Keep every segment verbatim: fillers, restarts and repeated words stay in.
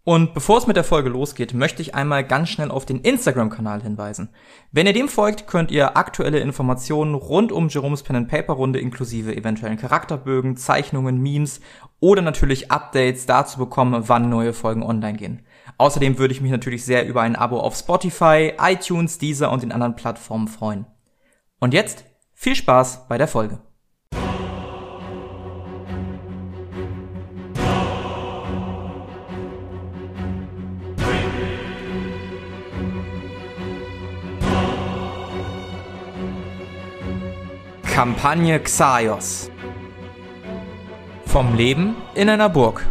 Und bevor es mit der Folge losgeht, möchte ich einmal ganz schnell auf den Instagram-Kanal hinweisen. Wenn ihr dem folgt, könnt ihr aktuelle Informationen rund um Jerome's Pen and Paper Runde inklusive eventuellen Charakterbögen, Zeichnungen, Memes oder natürlich Updates dazu bekommen, wann neue Folgen online gehen. Außerdem würde ich mich natürlich sehr über ein Abo auf Spotify, iTunes, Deezer und den anderen Plattformen freuen. Und jetzt viel Spaß bei der Folge. Kampagne Xaios. Vom Leben in einer Burg.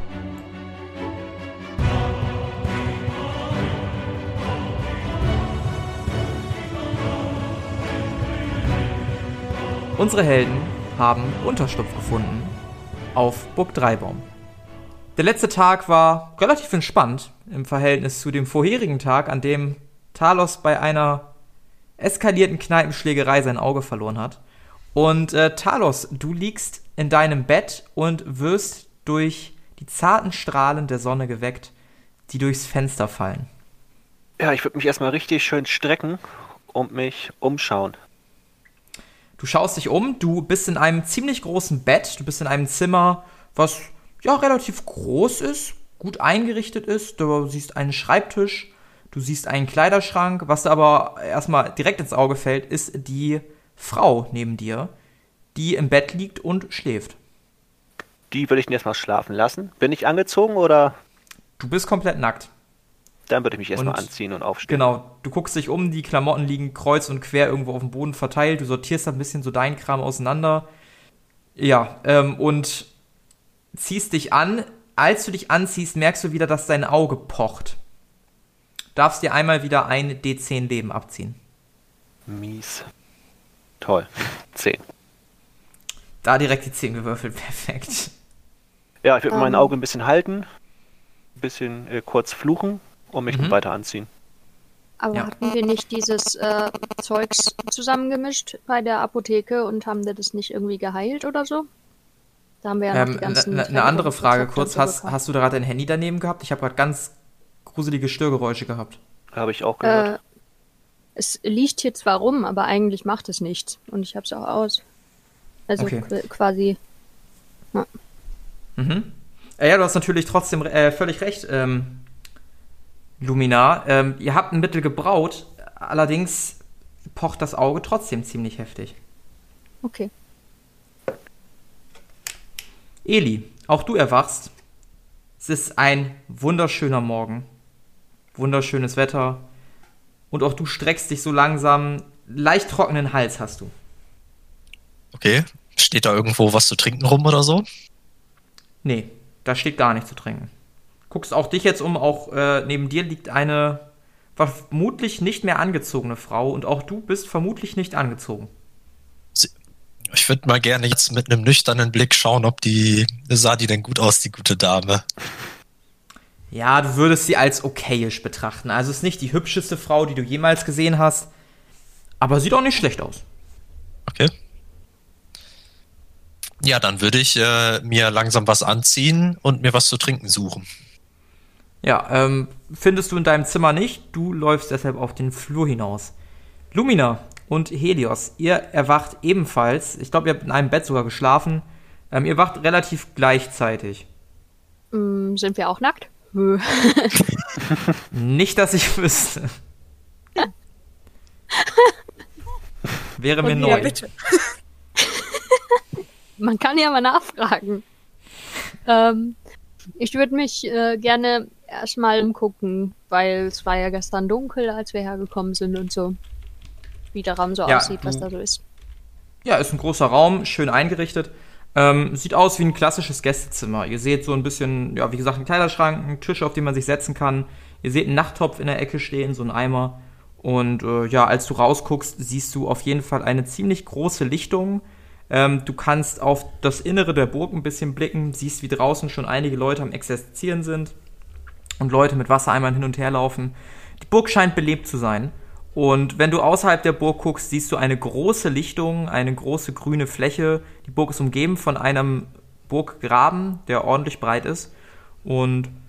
Unsere Helden haben Unterschlupf gefunden auf Burg Dreibaum. Der letzte Tag war relativ entspannt im Verhältnis zu dem vorherigen Tag, an dem Talos bei einer eskalierten Kneipenschlägerei sein Auge verloren hat. Und äh, Talos, du liegst in deinem Bett und wirst durch die zarten Strahlen der Sonne geweckt, die durchs Fenster fallen. Ja, ich würde mich erstmal richtig schön strecken und mich umschauen. Du schaust dich um, du bist in einem ziemlich großen Bett, du bist in einem Zimmer, was ja relativ groß ist, gut eingerichtet ist. Du siehst einen Schreibtisch, du siehst einen Kleiderschrank. Was dir aber erstmal direkt ins Auge fällt, ist die Frau neben dir, die im Bett liegt und schläft. Die würde ich erstmal schlafen lassen. Bin ich angezogen oder? Du bist komplett nackt. Dann würde ich mich erstmal Und anziehen und aufstehen. Genau, du guckst dich um, die Klamotten liegen kreuz und quer irgendwo auf dem Boden verteilt, du sortierst ein bisschen so deinen Kram auseinander. Ja, ähm, und ziehst dich an. Als du dich anziehst, merkst du wieder, dass dein Auge pocht. Darfst dir einmal wieder ein D zehn Leben abziehen. Mies. Toll. zehn. Da direkt die zehn gewürfelt, perfekt. Ja, ich würde Um. mein Auge ein bisschen halten, ein bisschen äh, kurz fluchen und mich Mhm. dann weiter anziehen. Aber Ja. hatten wir nicht dieses äh, Zeugs zusammengemischt bei der Apotheke und haben wir das nicht irgendwie geheilt oder so? Da haben wir ja noch Ähm, die ganzen... Eine ne andere Frage Rezepte kurz, und so hast, bekommen. hast du da gerade dein Handy daneben gehabt? Ich habe gerade ganz gruselige Störgeräusche gehabt. Habe ich auch gehört. Äh, es liegt hier zwar rum, aber eigentlich macht es nichts. Und ich hab's auch aus. Also Okay. qu- quasi... Ja. Mhm. Äh, ja, du hast natürlich trotzdem äh, völlig recht, ähm, Lumina. Ähm, ihr habt ein Mittel gebraut, allerdings pocht das Auge trotzdem ziemlich heftig. Okay. Eli, auch du erwachst. Es ist ein wunderschöner Morgen. Wunderschönes Wetter. Und auch du streckst dich so langsam. Leicht trockenen Hals hast du. Okay. Steht da irgendwo was zu trinken rum oder so? Nee, da steht gar nichts zu trinken. Guckst auch dich jetzt um, auch äh, neben dir liegt eine vermutlich nicht mehr angezogene Frau und auch du bist vermutlich nicht angezogen. Ich würde mal gerne jetzt mit einem nüchternen Blick schauen, ob die, sah die denn gut aus, die gute Dame. Ja, du würdest sie als okayisch betrachten. Also ist nicht die hübscheste Frau, die du jemals gesehen hast, aber sieht auch nicht schlecht aus. Okay. Ja, dann würde ich äh, mir langsam was anziehen und mir was zu trinken suchen. Ja, ähm, findest du in deinem Zimmer nicht. Du läufst deshalb auf den Flur hinaus. Lumina und Helios, ihr erwacht ebenfalls. Ich glaube, ihr habt in einem Bett sogar geschlafen. Ähm, ihr wacht relativ gleichzeitig. Mm, sind wir auch nackt? Nö. Nicht, dass ich wüsste. Wäre mir Und neu. ja, bitte. Man kann ja mal nachfragen. Ähm, ich würde mich äh, gerne erstmal umgucken, weil es war ja gestern dunkel, als wir hergekommen sind und so. Wie der Raum so Ja, aussieht, was du- da so ist. Ja, ist ein großer Raum, schön eingerichtet. Ähm, sieht aus wie ein klassisches Gästezimmer. Ihr seht so ein bisschen, ja, wie gesagt, einen Kleiderschrank, einen Tisch, auf den man sich setzen kann. Ihr seht einen Nachttopf in der Ecke stehen, so einen Eimer. Und äh, ja, als du rausguckst, siehst du auf jeden Fall eine ziemlich große Lichtung. Ähm, du kannst auf das Innere der Burg ein bisschen blicken, siehst, wie draußen schon einige Leute am Exerzieren sind und Leute mit Wassereimern hin und her laufen. Die Burg scheint belebt zu sein. Und wenn du außerhalb der Burg guckst, siehst du eine große Lichtung, eine große grüne Fläche. Die Burg ist umgeben von einem Burggraben, der ordentlich breit ist. Und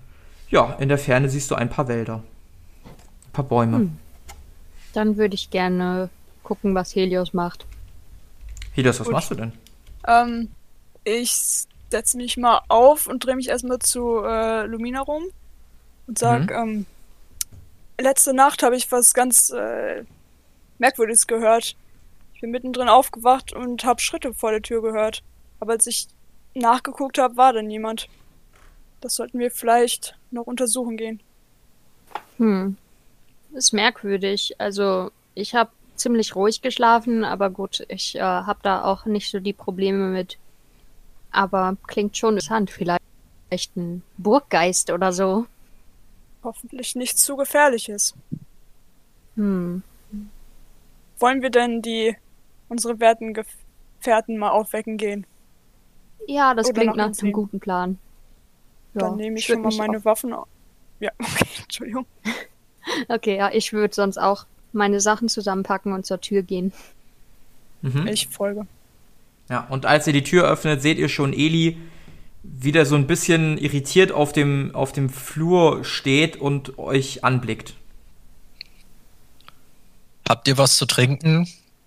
ja, in der Ferne siehst du ein paar Wälder. Ein paar Bäume. Hm. Dann würde ich gerne gucken, was Helios macht. Helios, was Gut. machst du denn? Ähm, ich setze mich mal auf und drehe mich erstmal zu äh, Lumina rum und sag, Mhm. ähm, letzte Nacht habe ich was ganz äh, Merkwürdiges gehört. Ich bin mittendrin aufgewacht und habe Schritte vor der Tür gehört. Aber als ich nachgeguckt habe, war da niemand. Das sollten wir vielleicht noch untersuchen gehen. Hm. Ist merkwürdig. Also, ich habe ziemlich ruhig geschlafen, aber gut, ich äh, habe da auch nicht so die Probleme mit. Aber klingt schon interessant. Vielleicht ein Burggeist oder so. Hoffentlich nichts zu Gefährliches. Hm. Wollen wir denn die unsere werten Gefährten mal aufwecken gehen? Ja, das Oder klingt nach nach uns einem sehen. guten Plan. Ja, Dann nehme ich würd schon mal mich meine auch- Waffen auf. Ja, okay, Entschuldigung. Okay, ja, ich würde sonst auch meine Sachen zusammenpacken und zur Tür gehen. Mhm. Ich folge. Ja, und als ihr die Tür öffnet, seht ihr schon Eli wieder so ein bisschen irritiert auf dem, auf dem Flur steht und euch anblickt. Habt ihr was zu trinken?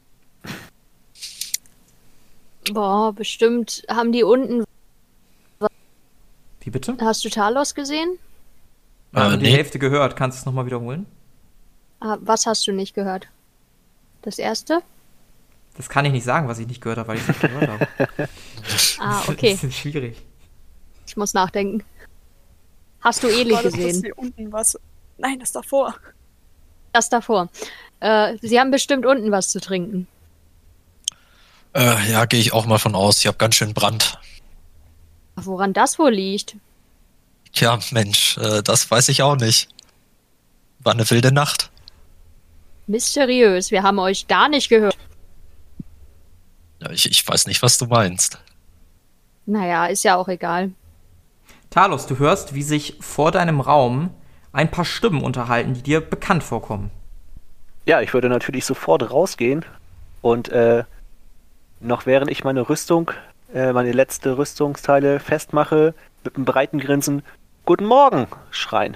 Boah, bestimmt haben die unten. Wie bitte? Hast du Talos gesehen? Wir haben Äh, die nee. Hälfte gehört. Kannst du es nochmal wiederholen? Ah, was hast du nicht gehört? Das erste? Das kann ich nicht sagen, was ich nicht gehört habe, weil ich es nicht gehört habe. Ah, Das okay. ist schwierig. Ich muss nachdenken. Hast du Eli War das, dass gesehen? hier unten was? Nein, das davor. Das davor. Äh, sie haben bestimmt unten was zu trinken. Äh, ja, gehe ich auch mal von aus. Ich habe ganz schön Brand. Woran das wohl liegt? Tja, Mensch, äh, das weiß ich auch nicht. War eine wilde Nacht. Mysteriös, wir haben euch gar nicht gehört. Ja, ich, ich weiß nicht, was du meinst. Naja, ist ja auch egal. Talos, du hörst, wie sich vor deinem Raum ein paar Stimmen unterhalten, die dir bekannt vorkommen. Ja, ich würde natürlich sofort rausgehen und äh, noch während ich meine Rüstung, äh, meine letzte Rüstungsteile festmache, mit einem breiten Grinsen Guten Morgen schreien.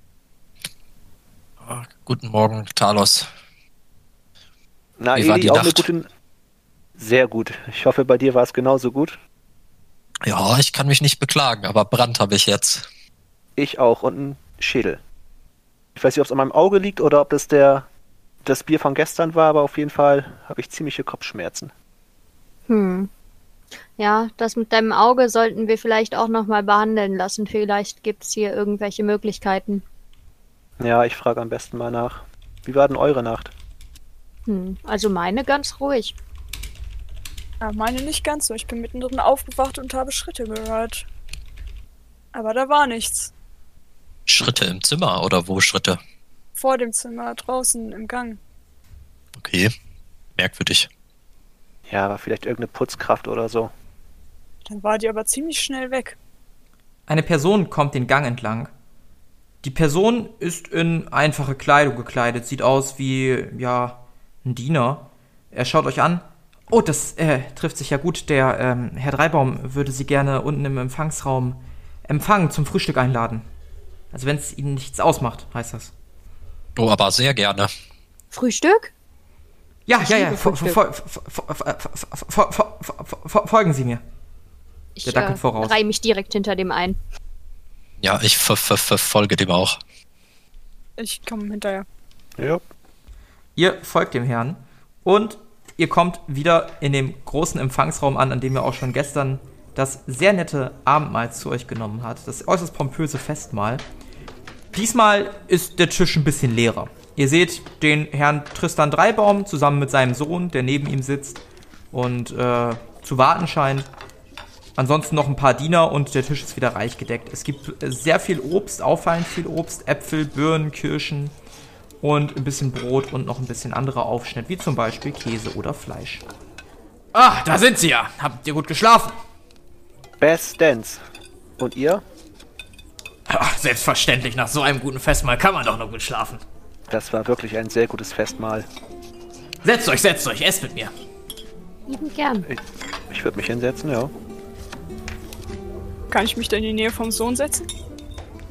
Ah, guten Morgen, Talos. Na, Wie war Eli, die auch eine Nacht? gute... Sehr gut. Ich hoffe, bei dir war es genauso gut. Ja, ich kann mich nicht beklagen, aber Brand habe ich jetzt. Ich auch und ein Schädel. Ich weiß nicht, ob es an meinem Auge liegt oder ob das der das Bier von gestern war, aber auf jeden Fall habe ich ziemliche Kopfschmerzen. Hm. Ja, das mit deinem Auge sollten wir vielleicht auch nochmal behandeln lassen. Vielleicht gibt's hier irgendwelche Möglichkeiten. Ja, ich frage am besten mal nach. Wie war denn eure Nacht? Hm. Also meine ganz ruhig. Ja, meine nicht ganz so. Ich bin mittendrin aufgewacht und habe Schritte gehört. Aber da war nichts. Schritte im Zimmer oder wo Schritte? Vor dem Zimmer, draußen, im Gang. Okay, merkwürdig. Ja, war vielleicht irgendeine Putzkraft oder so. Dann war die aber ziemlich schnell weg. Eine Person kommt den Gang entlang. Die Person ist in einfache Kleidung gekleidet, sieht aus wie, ja, ein Diener. Er schaut euch an. Oh, das äh, trifft sich ja gut. Der ähm, Herr Dreibaum würde Sie gerne unten im Empfangsraum empfangen, zum Frühstück einladen. Also wenn es Ihnen nichts ausmacht, heißt das. Oh, aber sehr gerne. Frühstück? Ja, Ich ja, ja, liebe fo- Frühstück. fo- fo- fo- fo- fo- fo- fo- fo- folgen Sie mir. Ich Der dackelt äh, voraus. reihe mich direkt hinter dem ein. Ja, ich ver ver verfolge dem auch. Ich komme hinterher. Ja. Ihr folgt dem Herrn und ihr kommt wieder in dem großen Empfangsraum an, an dem ihr auch schon gestern das sehr nette Abendmahl zu euch genommen habt. Das äußerst pompöse Festmahl. Diesmal ist der Tisch ein bisschen leerer. Ihr seht den Herrn Tristan Dreibaum zusammen mit seinem Sohn, der neben ihm sitzt und äh, zu warten scheint. Ansonsten noch ein paar Diener und der Tisch ist wieder reich gedeckt. Es gibt äh, sehr viel Obst, auffallend viel Obst, Äpfel, Birnen, Kirschen und ein bisschen Brot und noch ein bisschen anderer Aufschnitt, wie zum Beispiel Käse oder Fleisch. Ah, da sind Sie ja. Habt ihr gut geschlafen? Bestens. Und ihr? Ach, selbstverständlich, nach so einem guten Festmahl kann man doch noch gut schlafen. Das war wirklich ein sehr gutes Festmahl. Setzt euch, setzt euch, esst mit mir. Lieben gern. Ich, ich würde mich hinsetzen, ja. Kann ich mich da in die Nähe vom Sohn setzen?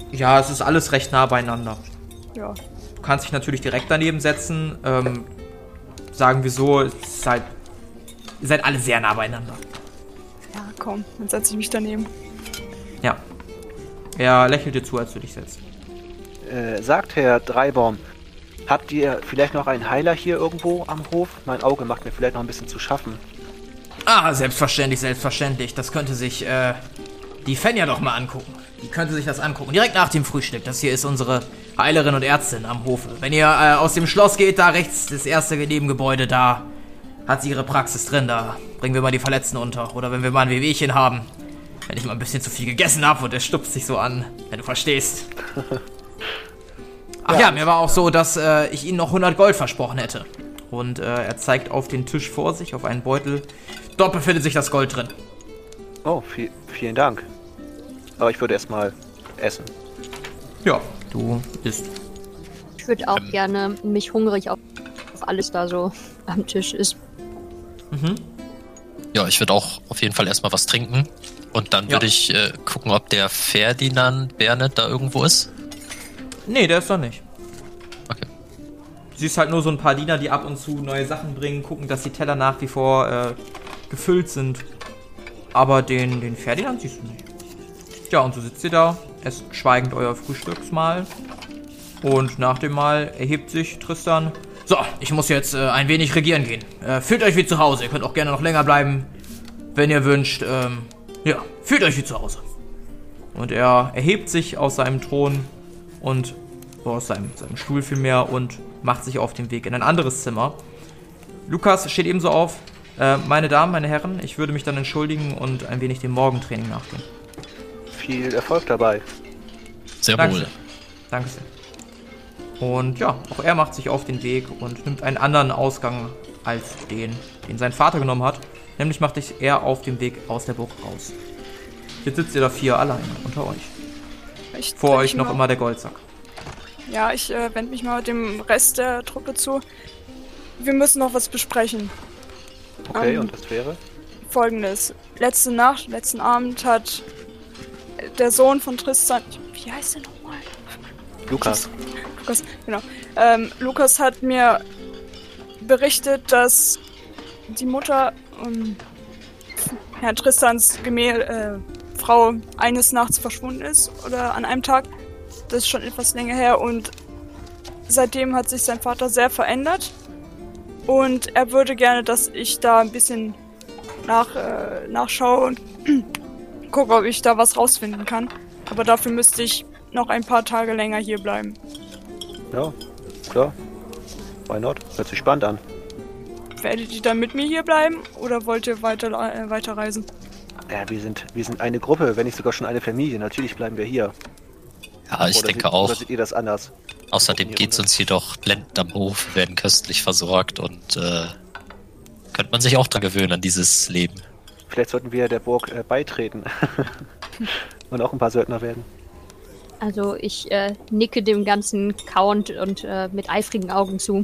Ja, es ist alles recht nah beieinander. Ja. Du kannst dich natürlich direkt daneben setzen. Ähm, sagen wir so, es ist halt, ihr seid alle sehr nah beieinander. Ja, komm, dann setze ich mich daneben. Ja. Er lächelt dir zu, als du dich setzt. Äh, sagt Herr Dreibaum, habt ihr vielleicht noch einen Heiler hier irgendwo am Hof? Mein Auge macht mir vielleicht noch ein bisschen zu schaffen. Ah, selbstverständlich, selbstverständlich. Das könnte sich, äh, die Fenja doch mal angucken. Die könnte sich das angucken. Direkt nach dem Frühstück. Das hier ist unsere Heilerin und Ärztin am Hofe. Wenn ihr äh, aus dem Schloss geht, da rechts, das erste Nebengebäude, da hat sie ihre Praxis drin. Da bringen wir mal die Verletzten unter. Oder wenn wir mal ein Wehwehchen haben. Wenn ich mal ein bisschen zu viel gegessen habe und er stupst sich so an. Wenn du verstehst. Ach ja, ja, mir war auch so, dass äh, ich ihnen noch hundert Gold versprochen hätte. Und äh, er zeigt auf den Tisch vor sich, auf einen Beutel. Dort befindet sich das Gold drin. Oh, viel, vielen Dank. Aber ich würde erstmal essen. Ja, du isst. Ich würde auch ähm. gerne mich hungrig auf, auf alles da so am Tisch ist. Mhm. Ja, ich würde auch auf jeden Fall erstmal was trinken. Und dann würde ja. ich äh, gucken, ob der Ferdinand Bernet da irgendwo ist. Nee, der ist da nicht. Okay. Du siehst halt nur so ein paar Diener, die ab und zu neue Sachen bringen, gucken, dass die Teller nach wie vor äh, gefüllt sind. Aber den, den Ferdinand siehst du nicht. Ja, und so sitzt ihr da, esst schweigend euer Frühstücksmahl. Und nach dem Mahl erhebt sich Tristan. So, ich muss jetzt äh, ein wenig regieren gehen. Äh, fühlt euch wie zu Hause. Ihr könnt auch gerne noch länger bleiben, wenn ihr wünscht. Ähm, ja, fühlt euch wie zu Hause. Und er erhebt sich aus seinem Thron und oh, aus seinem, seinem Stuhl vielmehr und macht sich auf den Weg in ein anderes Zimmer. Lukas steht ebenso auf. Äh, meine Damen, meine Herren, ich würde mich dann entschuldigen und ein wenig dem Morgentraining nachgehen. Viel Erfolg dabei. Sehr Danke wohl. sehr. Danke sehr. Und ja, auch er macht sich auf den Weg und nimmt einen anderen Ausgang als den, den sein Vater genommen hat. Nämlich macht sich er auf dem Weg aus der Burg raus. Jetzt sitzt ihr da vier alleine unter euch. Ich Vor euch noch mal. immer der Goldsack. Ja, ich äh, wende mich mal dem Rest der Truppe zu. Wir müssen noch was besprechen. Okay, ähm, und das wäre? Folgendes. Letzte Nacht, letzten Abend hat der Sohn von Tristan... Wie heißt der nochmal? Lukas. Lukas, genau. Ähm, Lukas hat mir berichtet, dass die Mutter ähm, Herrn Tristans Gemälde, äh, Frau eines Nachts verschwunden ist. Oder an einem Tag. Das ist schon etwas länger her. Und seitdem hat sich sein Vater sehr verändert. Und er würde gerne, dass ich da ein bisschen nach, äh, nachschaue und gucke, ob ich da was rausfinden kann. Aber dafür müsste ich noch ein paar Tage länger hier bleiben. Ja, klar. Why not? Hört sich spannend an. Werdet ihr dann mit mir hier bleiben oder wollt ihr weiter, äh, weiterreisen? Ja, wir sind, wir sind eine Gruppe, wenn nicht sogar schon eine Familie. Natürlich bleiben wir hier. Ja, ich oder denke seht, auch. Oder seht ihr das anders? Außerdem geht es uns hier doch blendend am Hof, wir werden köstlich versorgt und äh, könnte man sich auch dran gewöhnen an dieses Leben. Vielleicht sollten wir der Burg äh, beitreten und auch ein paar Söldner werden. Also ich äh, nicke dem ganzen Count und äh, mit eifrigen Augen zu.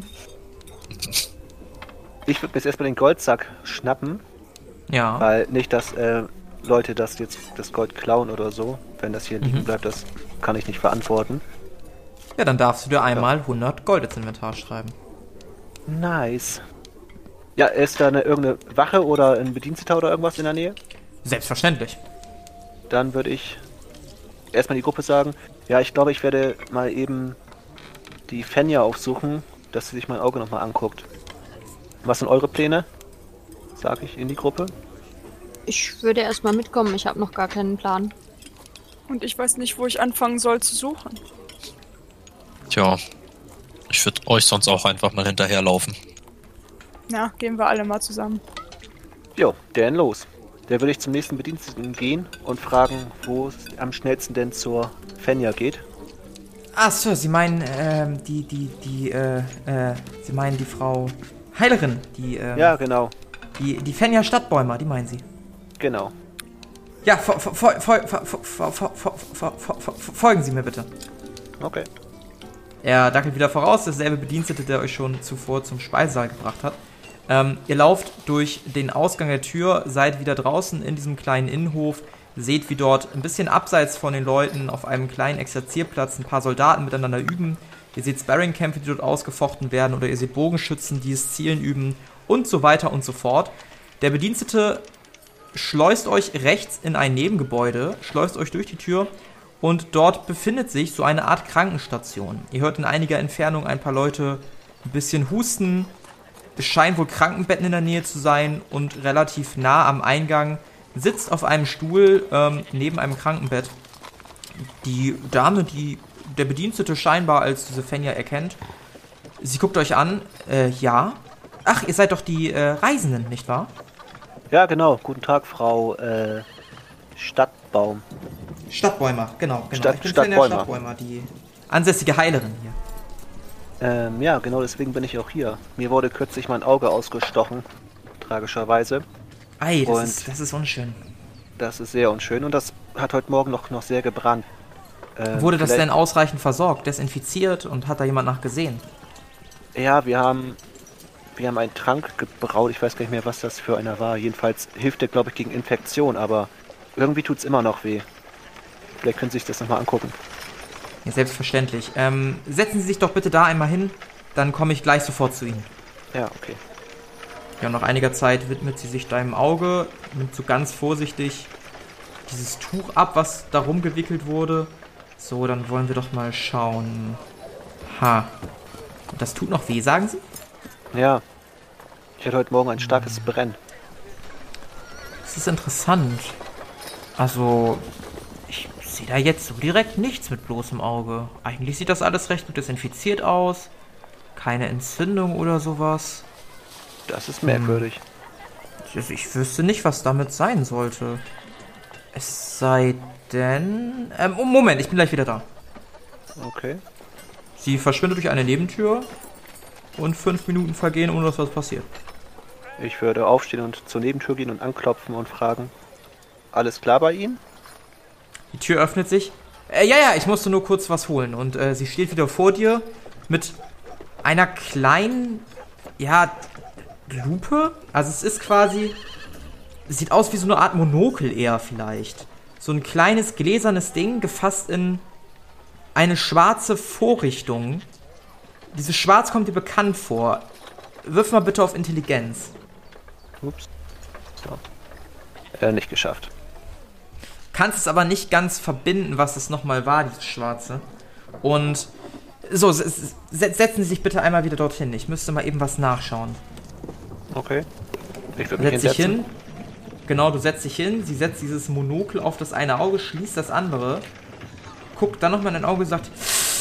Ich würde mir jetzt erstmal den Goldsack schnappen. Ja. Weil nicht, dass äh, Leute das jetzt das Gold klauen oder so. Wenn das hier liegen Mhm. bleibt, das kann ich nicht verantworten. Ja, dann darfst du dir einmal hundert Gold ins Inventar schreiben. Nice. Ja, ist da eine irgendeine Wache oder ein Bediensteter oder irgendwas in der Nähe? Selbstverständlich. Dann würde ich erstmal die Gruppe sagen, ja, ich glaube, ich werde mal eben die Fenja aufsuchen, dass sie sich mein Auge nochmal anguckt. Was sind eure Pläne? Sag ich in die Gruppe. Ich würde erstmal mitkommen, ich habe noch gar keinen Plan. Und ich weiß nicht, wo ich anfangen soll zu suchen. Tja, ich würde euch sonst auch einfach mal hinterherlaufen. Ja, gehen wir alle mal zusammen. Jo, der denn los. Der würde ich zum nächsten Bediensteten gehen und fragen, wo es am schnellsten denn zur Fenja geht. Ach so, Sie meinen, ähm, die, die, die, äh, äh, Sie meinen die Frau Heilerin, die, ähm, Ja, genau. die, die Fenja Stadtbäumer, die meinen Sie? Genau. Ja, fo- fo- fo- fo- fo- fo- fo- fo- fo- fo- folgen Sie mir bitte. Okay. Er dackelt wieder voraus, dasselbe Bedienstete, der euch schon zuvor zum Speisesaal gebracht hat. Ähm, ihr lauft durch den Ausgang der Tür, seid wieder draußen in diesem kleinen Innenhof, seht, wie dort ein bisschen abseits von den Leuten auf einem kleinen Exerzierplatz ein paar Soldaten miteinander üben. Ihr seht Sparringkämpfe, die dort ausgefochten werden, oder ihr seht Bogenschützen, die es Zielen üben und so weiter und so fort. Der Bedienstete schleust euch rechts in ein Nebengebäude, schleust euch durch die Tür und dort befindet sich so eine Art Krankenstation. Ihr hört in einiger Entfernung ein paar Leute ein bisschen husten. Es scheinen wohl Krankenbetten in der Nähe zu sein und relativ nah am Eingang sitzt auf einem Stuhl ähm, neben einem Krankenbett die Dame, die der Bedienstete scheinbar als diese Fenja erkennt. Sie guckt euch an. Äh, ja. Ach, ihr seid doch die äh, Reisenden, nicht wahr? Ja, genau. Guten Tag, Frau äh, Stadtbaum. Stadtbäumer, genau. genau. Stadt, ich bin Stadtbäumer. Fenja Stadtbäumer, die ansässige Heilerin hier. Ähm, ja, genau deswegen bin ich auch hier. Mir wurde kürzlich mein Auge ausgestochen. Tragischerweise. Ei, das, Und ist, das ist unschön. Das ist sehr unschön und das hat heute Morgen noch, noch sehr gebrannt. Ähm, Wurde das vielleicht- denn ausreichend versorgt, desinfiziert und hat da jemand nach gesehen? Ja, wir haben, wir haben einen Trank gebraut. Ich weiß gar nicht mehr, was das für einer war. Jedenfalls hilft der, glaube ich, gegen Infektion, aber irgendwie tut's immer noch weh. Vielleicht können Sie sich das nochmal angucken. Ja, selbstverständlich. Ähm, setzen Sie sich doch bitte da einmal hin, dann komme ich gleich sofort zu Ihnen. Ja, okay. Ja, nach einiger Zeit widmet sie sich deinem Auge, nimmt so ganz vorsichtig dieses Tuch ab, was darum gewickelt wurde. So, dann wollen wir doch mal schauen. Ha. Das tut noch weh, sagen Sie? Ja. Ich hatte heute Morgen ein starkes Brennen. Das ist interessant. Also, ich sehe da jetzt so direkt nichts mit bloßem Auge. Eigentlich sieht das alles recht gut desinfiziert aus. Keine Entzündung oder sowas. Das ist merkwürdig. Also ich wüsste nicht, was damit sein sollte. Es sei denn... Ähm, oh, Moment, ich bin gleich wieder da. Okay. Sie verschwindet durch eine Nebentür und fünf Minuten vergehen, ohne dass was passiert. Ich würde aufstehen und zur Nebentür gehen und anklopfen und fragen, alles klar bei Ihnen? Die Tür öffnet sich. Äh, ja, ja, ich musste nur kurz was holen. Und äh, sie steht wieder vor dir mit einer kleinen, ja, Lupe. Also es ist quasi, es sieht aus wie so eine Art Monokel eher vielleicht. So ein kleines gläsernes Ding, gefasst in eine schwarze Vorrichtung. Dieses Schwarz kommt dir bekannt vor. Wirf mal bitte auf Intelligenz. Ups. So. Äh, nicht geschafft. Kannst es aber nicht ganz verbinden, was es nochmal war, dieses Schwarze. Und so, s- s- setzen Sie sich bitte einmal wieder dorthin. Ich müsste mal eben was nachschauen. Okay. Ich würde mich Setz dich hinsetzen. hin. Genau, du setzt dich hin. Sie setzt dieses Monokel auf das eine Auge, schließt das andere. Guckt dann nochmal in dein Auge und sagt: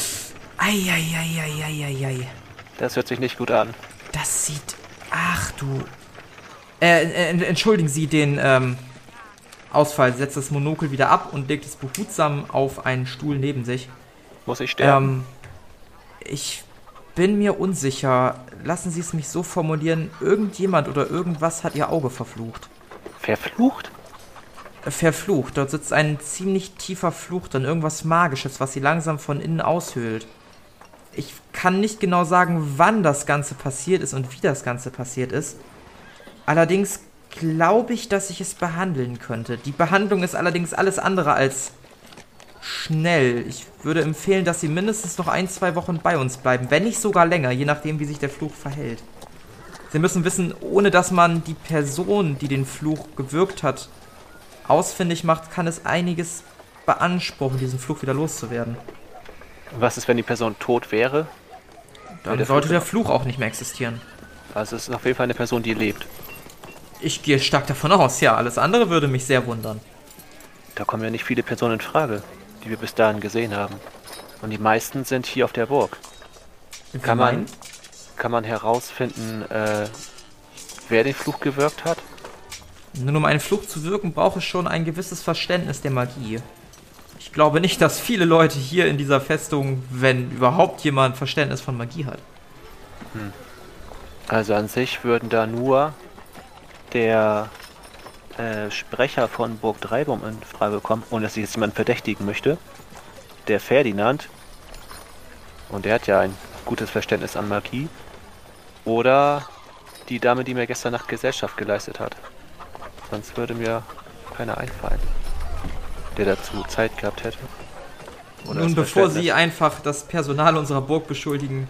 Eieieiei. Das hört sich nicht gut an. Das sieht... Ach du... Äh, äh, entschuldigen Sie den ähm, Ausfall. Sie setzt das Monokel wieder ab und legt es behutsam auf einen Stuhl neben sich. Muss ich sterben? Ähm, ich bin mir unsicher. Lassen Sie es mich so formulieren. Irgendjemand oder irgendwas hat Ihr Auge verflucht. Verflucht? Äh, Verflucht. Dort sitzt ein ziemlich tiefer Fluch drin. Irgendwas Magisches, was Sie langsam von innen aushöhlt. Ich kann nicht genau sagen, wann das Ganze passiert ist und wie das Ganze passiert ist. Allerdings glaube ich, dass ich es behandeln könnte. Die Behandlung ist allerdings alles andere als schnell. Ich würde empfehlen, dass Sie mindestens noch ein, zwei Wochen bei uns bleiben. Wenn nicht sogar länger, je nachdem, wie sich der Fluch verhält. Sie müssen wissen, ohne dass man die Person, die den Fluch gewirkt hat, ausfindig macht, kann es einiges beanspruchen, diesen Fluch wieder loszuwerden. Was ist, wenn die Person tot wäre? Dann der sollte Fluch- der Fluch auch nicht mehr existieren. Also es ist auf jeden Fall eine Person, die lebt. Ich gehe stark davon aus, ja. Alles andere würde mich sehr wundern. Da kommen ja nicht viele Personen in Frage, die wir bis dahin gesehen haben. Und die meisten sind hier auf der Burg. Sie Kann man, meinen? kann man herausfinden, äh, wer den Fluch gewirkt hat? Nun, um einen Fluch zu wirken, braucht es schon ein gewisses Verständnis der Magie. Ich glaube nicht, dass viele Leute hier in dieser Festung, wenn überhaupt jemand Verständnis von Magie hat. Also an sich würden da nur der äh, Sprecher von Burg Dreibaum in Frage kommen, ohne dass ich jetzt jemanden verdächtigen möchte. Der Ferdinand. Und der hat ja ein gutes Verständnis an Magie. Oder die Dame, die mir gestern Nacht Gesellschaft geleistet hat. Sonst würde mir keiner einfallen. der dazu Zeit gehabt hätte. Und nun, bevor Sie einfach das Personal unserer Burg beschuldigen,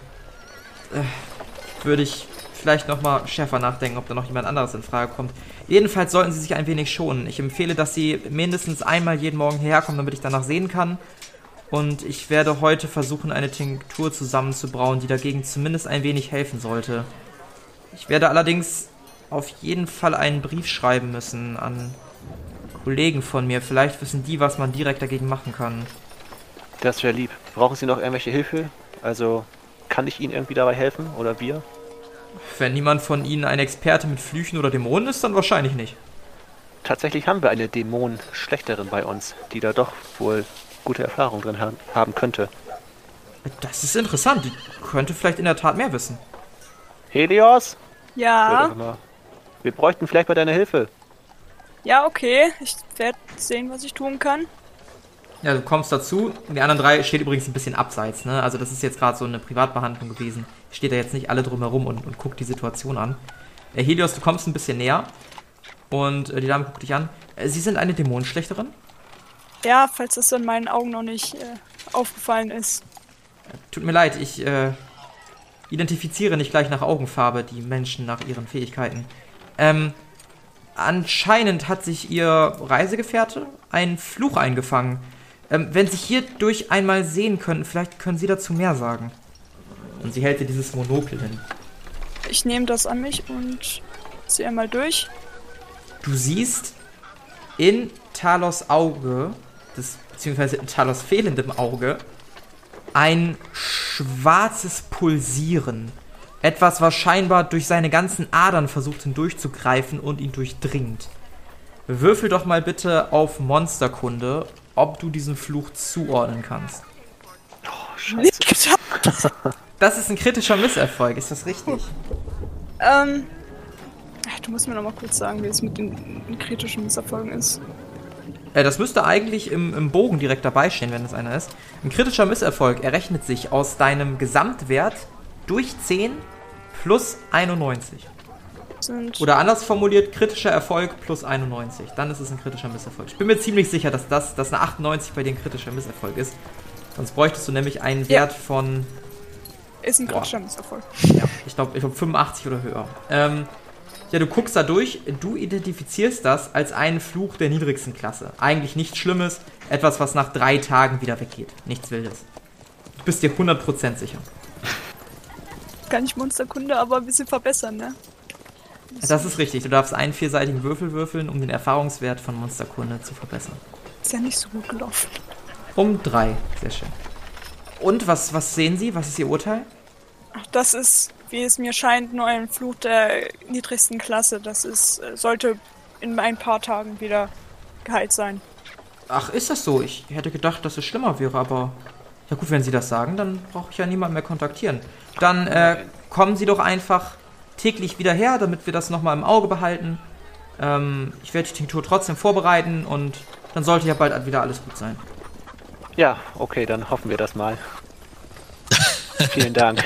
äh, würde ich vielleicht nochmal schärfer nachdenken, ob da noch jemand anderes in Frage kommt. Jedenfalls sollten Sie sich ein wenig schonen. Ich empfehle, dass Sie mindestens einmal jeden Morgen hierher kommen, damit ich danach sehen kann. Und ich werde heute versuchen, eine Tinktur zusammenzubrauen, die dagegen zumindest ein wenig helfen sollte. Ich werde allerdings auf jeden Fall einen Brief schreiben müssen an Kollegen von mir. Vielleicht wissen die, was man direkt dagegen machen kann. Das wäre lieb. Brauchen Sie noch irgendwelche Hilfe? Also, kann ich Ihnen irgendwie dabei helfen? Oder wir? Wenn niemand von Ihnen ein Experte mit Flüchen oder Dämonen ist, dann wahrscheinlich nicht. Tatsächlich haben wir eine Dämonenschlechterin bei uns, die da doch wohl gute Erfahrung drin ha- haben könnte. Das ist interessant. Die könnte vielleicht in der Tat mehr wissen. Helios? Ja, Mal. Wir bräuchten vielleicht mal deine Hilfe. ja, okay. Ich werde sehen, was ich tun kann. Ja, du kommst dazu. Die anderen drei stehen übrigens ein bisschen abseits, ne? Also das ist jetzt gerade so eine Privatbehandlung gewesen. Steht da jetzt nicht alle drumherum und, und guckt die Situation an. Äh, Helios, du kommst ein bisschen näher. Und äh, die Dame guckt dich an. Äh, Sie sind eine Dämonenschlechterin? Ja, falls das in meinen Augen noch nicht äh, aufgefallen ist. Tut mir leid, ich äh, identifiziere nicht gleich nach Augenfarbe die Menschen nach ihren Fähigkeiten. Ähm, anscheinend hat sich ihr Reisegefährte einen Fluch eingefangen. Ähm, wenn Sie hierdurch einmal sehen können, vielleicht können Sie dazu mehr sagen. Und sie hält dir dieses Monokel hin. Ich nehme das an mich und ziehe einmal durch. Du siehst in Talos Auge, das, beziehungsweise in Talos fehlendem Auge, ein schwarzes Pulsieren. Etwas, was scheinbar durch seine ganzen Adern versucht hindurchzugreifen und ihn durchdringt. Würfel doch mal bitte auf Monsterkunde, ob du diesen Fluch zuordnen kannst. Oh, Scheiße. Nicht geschafft. Das ist ein kritischer Misserfolg, ist das richtig? ähm. ach, Du musst mir noch mal kurz sagen, wie es mit den kritischen Misserfolgen ist. Äh, das müsste eigentlich im, im Bogen direkt dabei stehen, wenn es einer ist. Ein kritischer Misserfolg errechnet sich aus deinem Gesamtwert durch zehn plus einundneunzig. Sind Oder anders formuliert, kritischer Erfolg plus einundneunzig. Dann ist es ein kritischer Misserfolg. Ich bin mir ziemlich sicher, dass das dass eine achtundneunzig bei dir ein kritischer Misserfolg ist. Sonst bräuchtest du nämlich einen Wert Ja. von, ist ein Boah. kritischer Misserfolg. ja, ich glaube, ich glaub fünfundachtzig oder höher. Ähm, ja, du guckst da durch, du identifizierst das als einen Fluch der niedrigsten Klasse. Eigentlich nichts Schlimmes, etwas, was nach drei Tagen wieder weggeht. Nichts Wildes. Du bist dir hundert Prozent sicher. Kann ich Monsterkunde aber ein bisschen verbessern, ne? Das ist richtig. Du darfst einen vierseitigen Würfel würfeln, um den Erfahrungswert von Monsterkunde zu verbessern. Ist ja nicht so gut gelaufen. Um drei. Sehr schön. Und, was, was sehen Sie? Was ist Ihr Urteil? Ach, das ist, wie es mir scheint, nur ein Fluch der niedrigsten Klasse. Das ist, äh, sollte in ein paar Tagen wieder geheilt sein. Ach, ist das so? Ich hätte gedacht, dass es schlimmer wäre, aber... Ja gut, wenn Sie das sagen, dann brauche ich ja niemanden mehr kontaktieren. Dann äh, kommen Sie doch einfach täglich wieder her, damit wir das nochmal im Auge behalten. Ähm, ich werde die Tinktur trotzdem vorbereiten und dann sollte ja bald wieder alles gut sein. Ja, okay, dann hoffen wir das mal. Vielen Dank.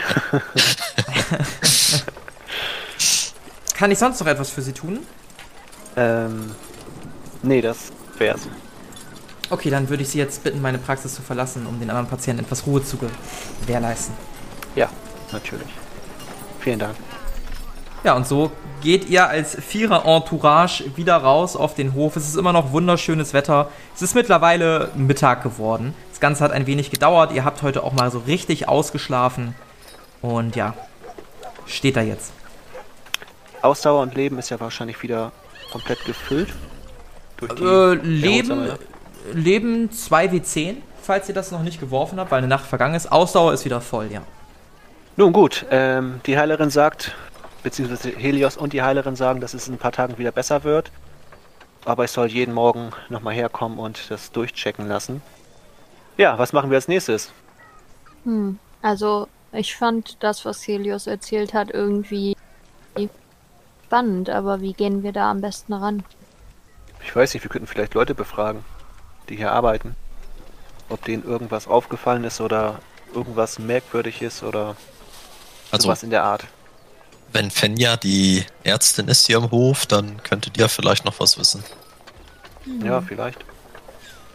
Kann ich sonst noch etwas für Sie tun? ähm, nee, das wär's. Okay, dann würde ich Sie jetzt bitten, meine Praxis zu verlassen, um den anderen Patienten etwas Ruhe zu gewährleisten. Ja, natürlich. Vielen Dank. Ja, und so geht ihr als Vierer-Entourage wieder raus auf den Hof. Es ist immer noch wunderschönes Wetter. Es ist mittlerweile Mittag geworden. Das Ganze hat ein wenig gedauert. Ihr habt heute auch mal so richtig ausgeschlafen. Und ja, steht da jetzt. Ausdauer und Leben ist ja wahrscheinlich wieder komplett gefüllt. Durch die Äh, Leben, Erholungsarbeit. Leben zwei W zehn, falls ihr das noch nicht geworfen habt, weil eine Nacht vergangen ist. Ausdauer ist wieder voll, ja. Nun gut, ähm, die Heilerin sagt, beziehungsweise Helios und die Heilerin sagen, dass es in ein paar Tagen wieder besser wird. Aber ich soll jeden Morgen nochmal herkommen und das durchchecken lassen. Ja, was machen wir als nächstes? Hm, also ich fand das, was Helios erzählt hat, irgendwie spannend, aber wie gehen wir da am besten ran? Ich weiß nicht, wir könnten vielleicht Leute befragen, die hier arbeiten. Ob denen irgendwas aufgefallen ist oder irgendwas merkwürdig ist oder Also, sowas in der Art. wenn Fenja die Ärztin ist hier am Hof, dann könnte die ja vielleicht noch was wissen. Ja, vielleicht.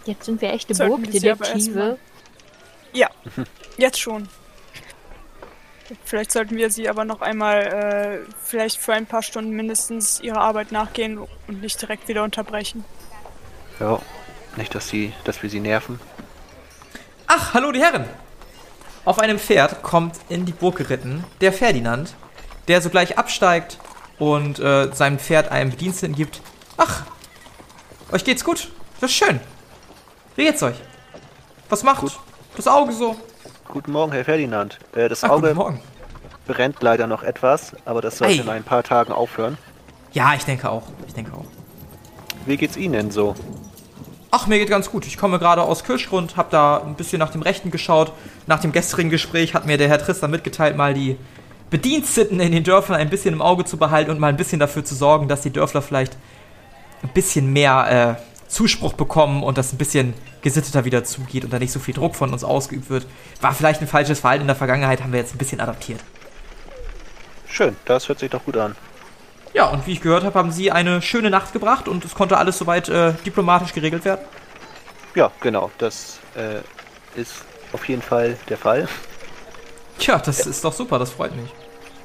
Jetzt sind wir echte Sollten wir sie aber Burgdetektive. erstmal- Ja, jetzt schon. Vielleicht sollten wir sie aber noch einmal, äh, vielleicht für ein paar Stunden mindestens ihrer Arbeit nachgehen und nicht direkt wieder unterbrechen. Ja, nicht, dass, sie, dass wir sie nerven. Ach, hallo die Herren! Auf einem Pferd kommt in die Burg geritten der Ferdinand, der sogleich absteigt und äh, seinem Pferd einem Bediensteten gibt. Ach, euch geht's gut? Das ist schön. Wie geht's euch? Was macht Gut. das Auge so? Guten Morgen, Herr Ferdinand. Äh, das Ach, Auge guten Morgen. brennt leider noch etwas, aber das sollte Ei. in ein paar Tagen aufhören. Ja, ich denke auch. Ich denke auch. Wie geht's Ihnen denn so? Ach, mir geht ganz gut. Ich komme gerade aus Kirschgrund, hab da ein bisschen nach dem Rechten geschaut. Nach dem gestrigen Gespräch hat mir der Herr Tristan mitgeteilt, mal die Bediensteten in den Dörfern ein bisschen im Auge zu behalten und mal ein bisschen dafür zu sorgen, dass die Dörfler vielleicht ein bisschen mehr äh, Zuspruch bekommen und das ein bisschen gesitteter wieder zugeht und da nicht so viel Druck von uns ausgeübt wird. War vielleicht ein falsches Verhalten in der Vergangenheit, haben wir jetzt ein bisschen adaptiert. Schön, das hört sich doch gut an. Ja, und wie ich gehört habe, haben Sie eine schöne Nacht gebracht und es konnte alles soweit äh, diplomatisch geregelt werden. Ja, genau, das äh, ist auf jeden Fall der Fall. Tja, das ist doch super, das freut mich.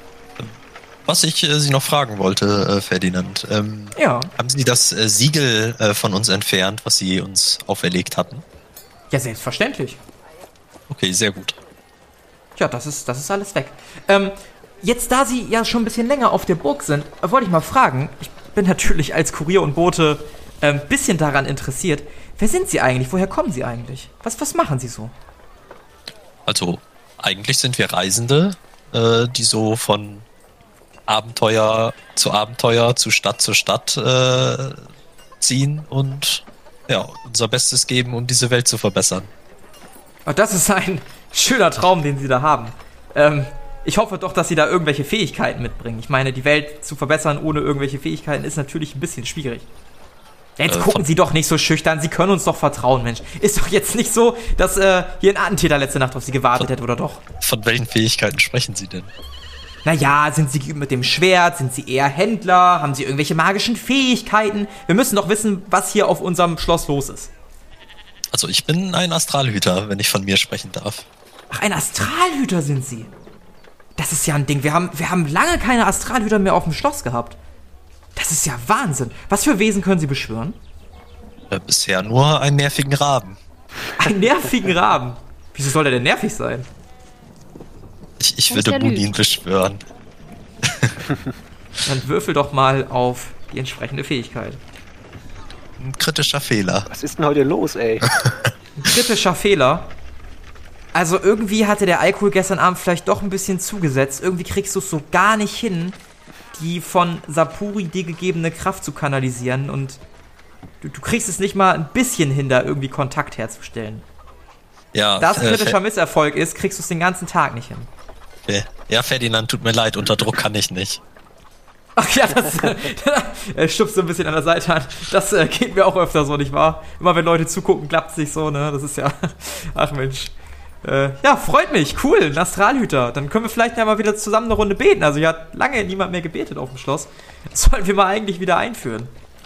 Was ich äh, Sie noch fragen wollte, äh, Ferdinand, ähm, Ja. haben Sie das äh, Siegel äh, von uns entfernt, was Sie uns auferlegt hatten? Ja, selbstverständlich. Okay, sehr gut. Ja, das ist, das ist alles weg. Ähm, jetzt, da Sie ja schon ein bisschen länger auf der Burg sind, äh, wollte ich mal fragen, ich bin natürlich als Kurier und Bote ein ähm, bisschen daran interessiert. Wer sind Sie eigentlich? Woher kommen Sie eigentlich? Was, was machen Sie so? Also, eigentlich sind wir Reisende, äh, die so von Abenteuer zu Abenteuer, zu Stadt zu Stadt äh, ziehen und ja, unser Bestes geben, um diese Welt zu verbessern. Oh, das ist ein schöner Traum, den Sie da haben. Ähm, ich hoffe doch, dass Sie da irgendwelche Fähigkeiten mitbringen. Ich meine, die Welt zu verbessern ohne irgendwelche Fähigkeiten ist natürlich ein bisschen schwierig. Jetzt Äh, gucken von- Sie doch nicht so schüchtern. Sie können uns doch vertrauen, Mensch. Ist doch jetzt nicht so, dass äh, hier ein Attentäter letzte Nacht auf Sie gewartet Von- hätte, oder doch? Von welchen Fähigkeiten sprechen Sie denn? Naja, sind Sie geübt mit dem Schwert? Sind Sie eher Händler? Haben Sie irgendwelche magischen Fähigkeiten? Wir müssen doch wissen, was hier auf unserem Schloss los ist. Also ich bin ein Astralhüter, wenn ich von mir sprechen darf. Ach, ein Astralhüter sind Sie. Das ist ja ein Ding. Wir haben, wir haben lange keine Astralhüter mehr auf dem Schloss gehabt. Das ist ja Wahnsinn. Was für Wesen können Sie beschwören? Äh, bisher nur einen nervigen Raben. Einen nervigen Raben. Wieso soll der denn nervig sein? Ich, ich Das würde ist ja Munin beschwören. Dann würfel doch mal auf die entsprechende Fähigkeit. Ein kritischer Fehler. Was ist denn heute los, ey? Ein kritischer Fehler. Also irgendwie hatte der Alkohol gestern Abend vielleicht doch ein bisschen zugesetzt. Irgendwie kriegst du es so gar nicht hin, die von Sapuri dir gegebene Kraft zu kanalisieren. Und du, du kriegst es nicht mal ein bisschen hin, da irgendwie Kontakt herzustellen. Ja, Da es ein äh, kritischer Fer- Misserfolg ist, kriegst du es den ganzen Tag nicht hin. äh, ja, Ferdinand, tut mir leid, unter Druck kann ich nicht. Ach ja, das äh, stupst so ein bisschen an der Seite an. Das äh, geht mir auch öfter so, nicht wahr? Immer wenn Leute zugucken, klappt es nicht so, ne? Das ist ja... Ach Mensch. Äh, ja, freut mich. Cool, ein Astralhüter. Dann können wir vielleicht ja mal wieder zusammen eine Runde beten. Also hier hat lange niemand mehr gebetet auf dem Schloss. Das sollten wir mal eigentlich wieder einführen.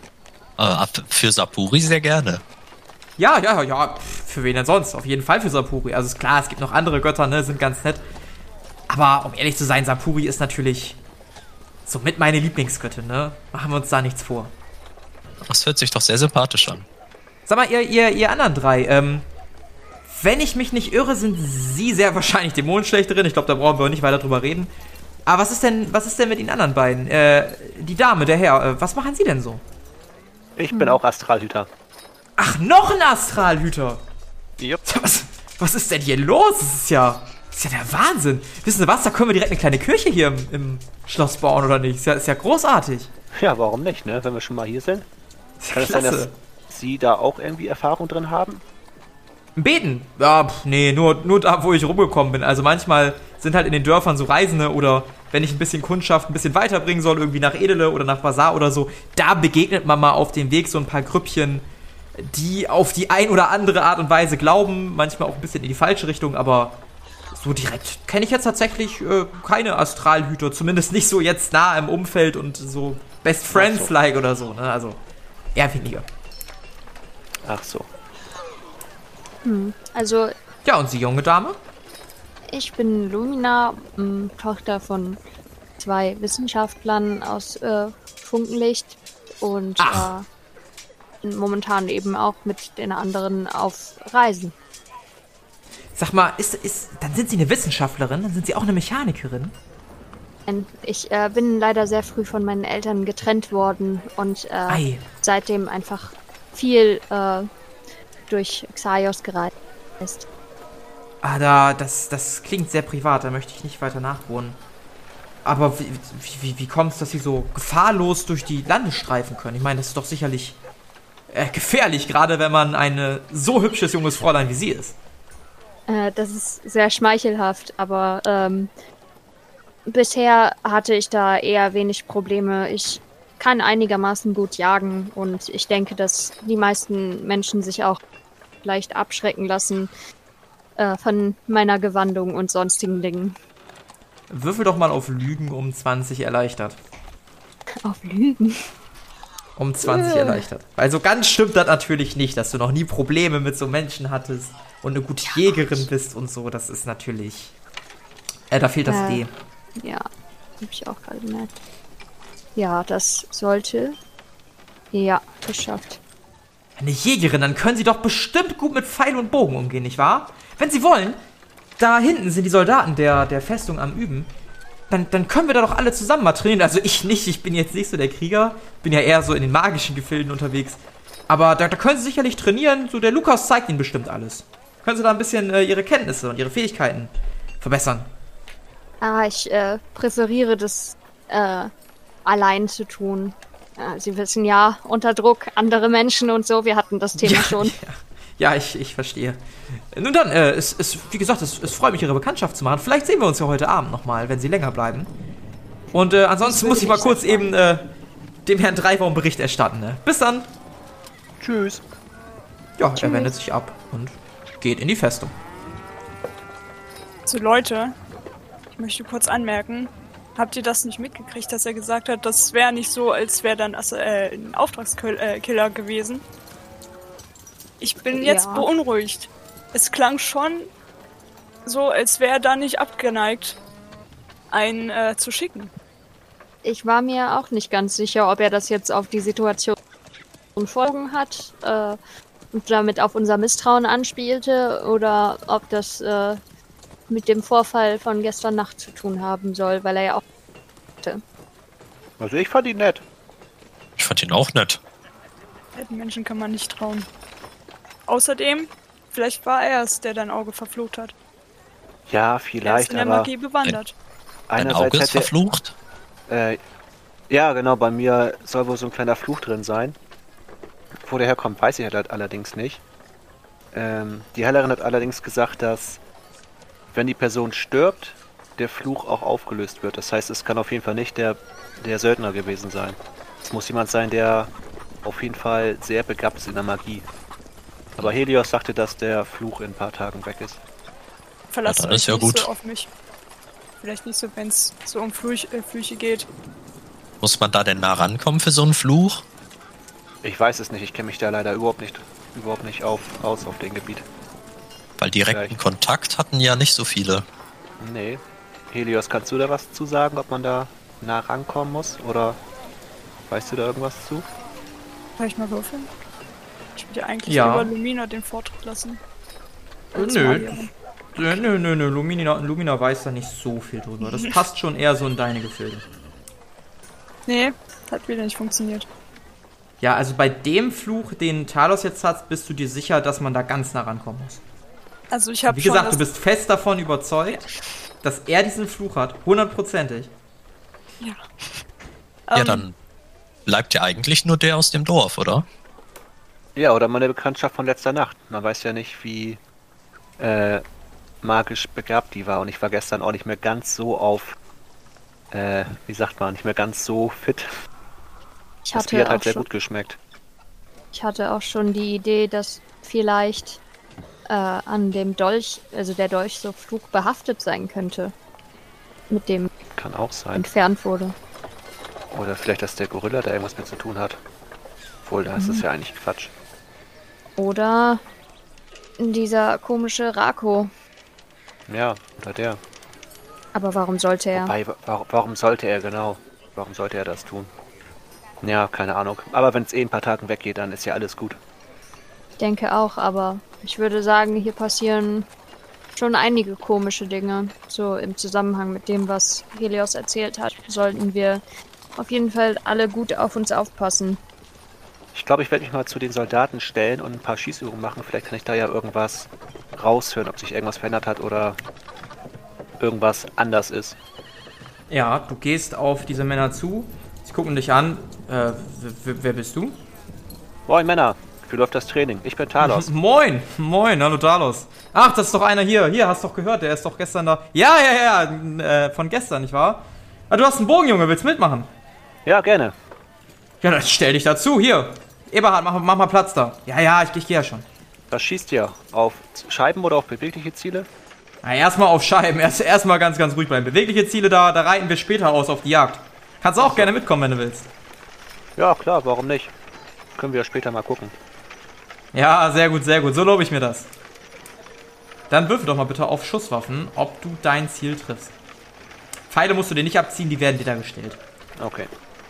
Äh, für Sapuri sehr gerne. Ja, ja, ja. Für wen denn sonst? Auf jeden Fall für Sapuri. Also ist klar, es gibt noch andere Götter, ne? Sind ganz nett. Aber um ehrlich zu sein, Sapuri ist natürlich somit meine Lieblingsgöttin, ne? Machen wir uns da nichts vor. Das hört sich doch sehr sympathisch an. Sag mal, ihr, ihr, ihr anderen drei, ähm, wenn ich mich nicht irre, sind Sie sehr wahrscheinlich Dämonenschlechterin. Ich glaube, da brauchen wir nicht weiter drüber reden. Aber was ist denn, was ist denn mit den anderen beiden? Äh, die Dame, der Herr, äh, was machen Sie denn so? Ich bin auch Astralhüter. Ach, noch ein Astralhüter! Jupp. Was, was ist denn hier los? Das ist ja, das ist ja der Wahnsinn. Wissen Sie was, da können wir direkt eine kleine Kirche hier im, im Schloss bauen, oder nicht? Ist ja, ist ja großartig. Ja, warum nicht, ne? Wenn wir schon mal hier sind. Ist ja Kann es sein, klasse. dass Sie da auch irgendwie Erfahrung drin haben? Beten? Ja, pf, nee, nur, nur da, wo ich rumgekommen bin. Also manchmal sind halt in den Dörfern so Reisende oder wenn ich ein bisschen Kundschaft ein bisschen weiterbringen soll, irgendwie nach Edele oder nach Bazar oder so, da begegnet man mal auf dem Weg so ein paar Grüppchen, die auf die ein oder andere Art und Weise glauben, manchmal auch ein bisschen in die falsche Richtung, aber so direkt kenne ich jetzt tatsächlich äh, keine Astralhüter, zumindest nicht so jetzt nah im Umfeld und so Best Friends-like oder so, ne? Also eher weniger. Ach so. Hm. Also, Ja, und Sie, junge Dame? ich bin Lumina, m, Tochter von zwei Wissenschaftlern aus äh, Funkenlicht und Ach. äh, momentan eben auch mit den anderen auf Reisen. Sag mal, ist, ist, dann sind Sie eine Wissenschaftlerin? Dann sind Sie auch eine Mechanikerin? Und Ich äh, bin leider sehr früh von meinen Eltern getrennt worden und äh, Ei. seitdem einfach viel äh, durch Xaios gereist. Ah, da, das, das klingt sehr privat, da möchte ich nicht weiter nachbohren. Aber wie, wie, wie, wie kommt es, dass Sie so gefahrlos durch die Lande streifen können? Ich meine, das ist doch sicherlich äh, gefährlich, gerade wenn man ein so hübsches junges Fräulein wie Sie ist. Äh, das ist sehr schmeichelhaft, aber ähm, bisher hatte ich da eher wenig Probleme. Ich kann einigermaßen gut jagen und ich denke, dass die meisten Menschen sich auch leicht abschrecken lassen äh, von meiner Gewandung und sonstigen Dingen. Würfel doch mal auf Lügen um zwanzig erleichtert. Auf Lügen? Um zwanzig Äh. erleichtert. Weil so ganz stimmt das natürlich nicht, dass du noch nie Probleme mit so Menschen hattest und eine gute Jägerin bist und so. Das ist natürlich... Äh, da fehlt das Äh. D. Ja, habe ich auch gerade gemerkt. Ja, das sollte... Ja, geschafft. Eine Jägerin, dann können Sie doch bestimmt gut mit Pfeil und Bogen umgehen, nicht wahr? Wenn Sie wollen, da hinten sind die Soldaten der, der Festung am Üben. Dann, dann können wir da doch alle zusammen mal trainieren. Also ich nicht, ich bin jetzt nicht so der Krieger. Bin ja eher so in den magischen Gefilden unterwegs. Aber da, da können Sie sicherlich trainieren. So, der Lukas zeigt Ihnen bestimmt alles. Können Sie da ein bisschen äh, Ihre Kenntnisse und Ihre Fähigkeiten verbessern. Ah, ich äh, präferiere das äh, allein zu tun. Ja, Sie wissen ja, unter Druck, andere Menschen und so, wir hatten das Thema ja, schon. Ja, ja ich, ich verstehe. Nun dann, äh, es, es, wie gesagt, es, es freut mich, Ihre Bekanntschaft zu machen. Vielleicht sehen wir uns ja heute Abend nochmal, wenn Sie länger bleiben. Und äh, ansonsten muss ich mal kurz eben äh, dem Herrn Dreibaum Bericht erstatten. Ne? Bis dann. Tschüss. Ja, Tschüss. er wendet sich ab und geht in die Festung. So, Leute, ich möchte kurz anmerken, habt ihr das nicht mitgekriegt, dass er gesagt hat, das wäre nicht so, als wäre dann äh, ein Auftragskiller gewesen? Ich bin jetzt Ja. beunruhigt. Es klang schon so, als wäre er da nicht abgeneigt, einen äh, zu schicken. Ich war mir auch nicht ganz sicher, ob er das jetzt auf die Situation Folgen hat äh, und damit auf unser Misstrauen anspielte oder ob das äh, mit dem Vorfall von gestern Nacht zu tun haben soll, weil er ja auch... Also ich fand ihn nett. Ich fand ihn auch nett. Den Menschen kann man nicht trauen. Außerdem, vielleicht war er es, der dein Auge verflucht hat. Ja, Er ist vielleicht, in der aber Magie bewandert. Dein einerseits Auge ist hätte... verflucht. Äh, ja, genau, bei mir soll wohl so ein kleiner Fluch drin sein. Wo der herkommt, weiß ich halt allerdings nicht. Ähm, die Hellerin hat allerdings gesagt, dass wenn die Person stirbt, der Fluch auch aufgelöst wird. Das heißt, es kann auf jeden Fall nicht der, der Söldner gewesen sein. Es muss jemand sein, der auf jeden Fall sehr begabt ist in der Magie. Aber Helios sagte, dass der Fluch in ein paar Tagen weg ist. Verlasst Ja, dann euch ist ja nicht gut. so auf mich. Vielleicht nicht so, wenn es so um Flüch, äh, Flüche geht. Muss man da denn nah rankommen für so einen Fluch? Ich weiß es nicht, ich kenne mich da leider überhaupt nicht, überhaupt nicht auf, aus auf dem Gebiet. Weil direkten Vielleicht. Kontakt hatten ja nicht so viele. Nee. Helios, kannst du da was zu sagen, ob man da nah rankommen muss? Oder weißt du da irgendwas zu? Kann ich mal würfeln? Ich würde ja eigentlich Ja. über Lumina den Vortritt lassen. Als Nö. Magierin. Nö, nö, nö, nö. Lumina, Lumina weiß da nicht so viel drüber. Das passt schon eher so in deine Gefilde. Nee, hat wieder nicht funktioniert. Ja, also bei dem Fluch, den Talos jetzt hat, bist du dir sicher, dass man da ganz nah rankommen muss. Also ich habe Wie schon gesagt, du das, bist fest davon überzeugt, dass er diesen Fluch hat. Hundertprozentig. ja. Ja, Ähm, dann bleibt ja eigentlich nur der aus dem Dorf, oder? Ja, oder meine Bekanntschaft von letzter Nacht. Man weiß ja nicht, wie äh, magisch begabt die war. Und ich war gestern auch nicht mehr ganz so auf, äh, wie sagt man, nicht mehr ganz so fit. Ich Das Bier hatte, hat halt auch sehr schon, gut geschmeckt. ich hatte auch schon die Idee, dass vielleicht äh, an dem Dolch, also der Dolch so flugbehaftet sein könnte, mit dem Kann auch sein. entfernt wurde. Oder vielleicht, dass der Gorilla da irgendwas mit zu tun hat. Obwohl, da ist es ja eigentlich Quatsch. Oder Dieser komische Rako. Ja, oder der. Aber warum sollte er? Wobei, wa- warum sollte er genau? Warum sollte er das tun? Ja, keine Ahnung. Aber wenn es eh ein paar Tagen weggeht, dann ist ja alles gut. Ich denke auch, aber ich würde sagen, hier passieren schon einige komische Dinge. So im Zusammenhang mit dem, was Helios erzählt hat, sollten wir auf jeden Fall alle gut auf uns aufpassen. Ich glaube, ich werde mich mal zu den Soldaten stellen und ein paar Schießübungen machen. Vielleicht kann ich da ja irgendwas raushören, ob sich irgendwas verändert hat oder irgendwas anders ist. Ja, du gehst auf diese Männer zu. Sie gucken dich an. Äh, w- wer bist du? Moin Männer, wie läuft das Training? Ich bin Talos. Moin, moin, hallo Talos. Ach, das ist doch einer hier. Hier, hast du doch gehört, der ist doch gestern da. Ja, ja, ja, äh, von gestern, nicht wahr? Ah, du hast einen Bogen, Junge, willst mitmachen? Ja, gerne. Ja, dann stell dich dazu, hier. Eberhard, mach, mach mal Platz da. Ja, ja, ich, ich gehe ja schon. Was schießt ihr? Auf Scheiben oder auf bewegliche Ziele? Na, erstmal auf Scheiben, erst erstmal ganz, ganz ruhig bleiben. Bewegliche Ziele, da, da reiten wir später aus auf die Jagd. Kannst auch gerne mitkommen, wenn du willst. Ja, klar, warum nicht? Können wir ja später mal gucken. Ja, sehr gut, sehr gut, so lobe ich mir das. Dann würfel doch mal bitte auf Schusswaffen, ob du dein Ziel triffst. Pfeile musst du dir nicht abziehen, die werden dir da gestellt. Okay.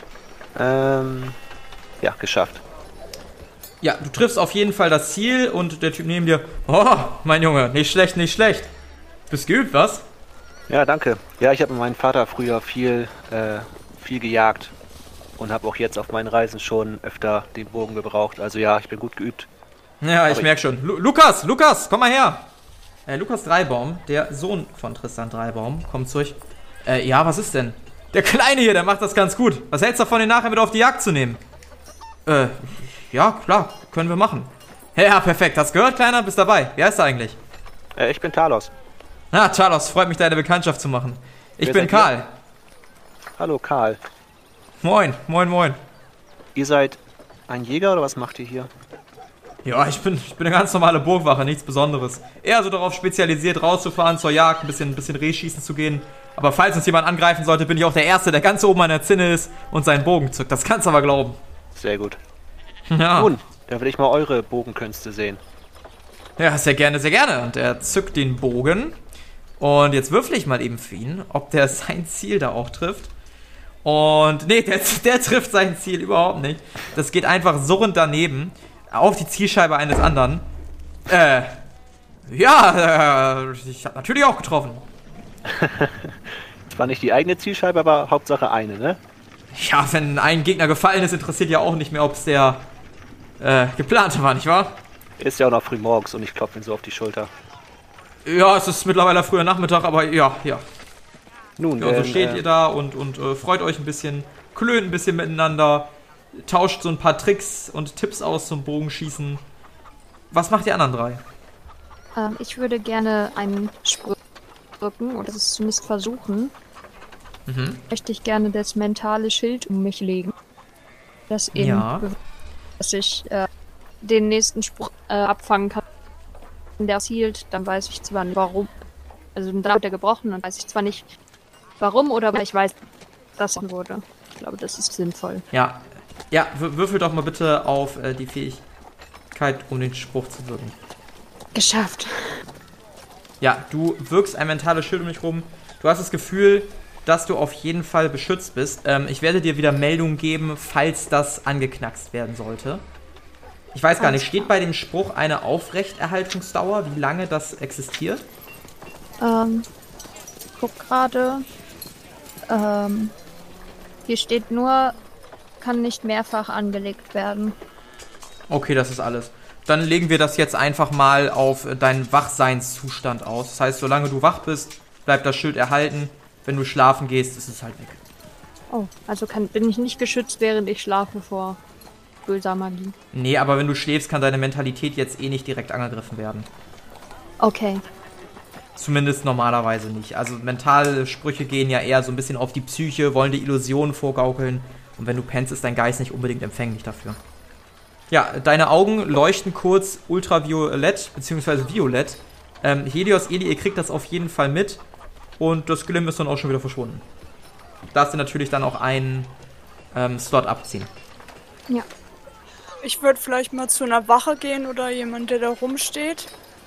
Ähm, ja, geschafft. Ja, du triffst auf jeden Fall das Ziel und der Typ neben dir, oh, mein Junge, nicht schlecht, nicht schlecht. Bist geübt, was? Ja, danke. Ja, ich habe mit meinem Vater früher viel, äh, viel gejagt und habe auch jetzt auf meinen Reisen schon öfter den Bogen gebraucht. Also ja, ich bin gut geübt. Ja, ich Aber merk schon. Lu Lukas, Lukas, komm mal her. Äh, Lukas Dreibaum, der Sohn von Tristan Dreibaum, kommt zu euch. Äh, ja, was ist denn? Der Kleine hier, der macht das ganz gut. Was hältst du davon, ihn nachher mit auf die Jagd zu nehmen? Äh, ja, klar, können wir machen. Ja, perfekt. Hast gehört, Kleiner? Bist dabei. Wie heißt du eigentlich? Äh, ich bin Talos. Na, Talos, freut mich, deine Bekanntschaft zu machen. Ich Wer bin seid ihr? Karl. Hallo Karl. Moin, moin, moin. Ihr seid ein Jäger oder was macht ihr hier? Ja, ich bin, ich bin eine ganz normale Burgwache, nichts Besonderes. Eher so darauf spezialisiert, rauszufahren zur Jagd, ein bisschen, ein bisschen Rehschießen zu gehen. Aber falls uns jemand angreifen sollte, bin ich auch der Erste, der ganz oben an der Zinne ist und seinen Bogen zückt. Das kannst du aber glauben. Sehr gut. Ja. Nun, dann will ich mal eure Bogenkünste sehen. Ja, sehr gerne, sehr gerne. Und er zückt den Bogen. Und jetzt würfel ich mal eben für ihn, ob der sein Ziel da auch trifft. Und nee, der, der trifft sein Ziel überhaupt nicht. Das geht einfach surrend daneben. Auf die Zielscheibe eines anderen. Äh, ja, äh, ich hab natürlich auch getroffen. Zwar nicht die eigene Zielscheibe, aber Hauptsache eine, ne? Ja, wenn ein Gegner gefallen ist, interessiert ja auch nicht mehr, ob es der äh, geplante war, nicht wahr? Ist ja auch noch früh morgens und ich klopfe ihn so auf die Schulter. Ja, es ist mittlerweile früher Nachmittag, aber ja, ja. Nun, Ja, so ähm, steht äh, ihr da und, und äh, freut euch ein bisschen, klönt ein bisschen miteinander, tauscht so ein paar Tricks und Tipps aus zum Bogenschießen. Was macht die anderen drei? Ähm, ich würde gerne einen Spruch drücken, oder es zumindest versuchen. Mhm. Möchte ich gerne das mentale Schild um mich legen. Das eben, Ja. dass ich äh, den nächsten Spruch äh, abfangen kann. Wenn der zielt, dann weiß ich zwar nicht warum. Also dann wird er gebrochen und weiß ich zwar nicht warum oder weil ich weiß, dass er wurde. Ich glaube, das ist sinnvoll. Ja, ja, wür- würfel doch mal bitte auf äh, die Fähigkeit, um den Spruch zu wirken. Geschafft. Ja, du wirkst ein mentales Schild um dich rum. Du hast das Gefühl, dass du auf jeden Fall beschützt bist. Ähm, ich werde dir wieder Meldungen geben, falls das angeknackst werden sollte. Ich weiß gar nicht, steht bei dem Spruch eine Aufrechterhaltungsdauer, wie lange das existiert? Ähm, guck gerade. Ähm, hier steht nur, kann nicht mehrfach angelegt werden. Okay, das ist alles. Dann legen wir das jetzt einfach mal auf deinen Wachseinszustand aus. Das heißt, solange du wach bist, bleibt das Schild erhalten. Wenn du schlafen gehst, ist es halt weg. Oh, also kann, bin ich nicht geschützt, während ich schlafe vor böser Magie. Nee, aber wenn du schläfst, kann deine Mentalität jetzt eh nicht direkt angegriffen werden. Okay. Zumindest normalerweise nicht. Also mentale Sprüche gehen ja eher so ein bisschen auf die Psyche, wollen die Illusionen vorgaukeln. Und wenn du pennst, ist dein Geist nicht unbedingt empfänglich dafür. Ja, deine Augen leuchten kurz ultraviolett, beziehungsweise violett. Ähm, Helios, Eli, ihr kriegt das auf jeden Fall mit. Und das Glimm ist dann auch schon wieder verschwunden. Darfst du natürlich dann auch einen ähm, Slot abziehen. Ja. Ich würde vielleicht mal zu einer Wache gehen oder jemand, der da rumsteht.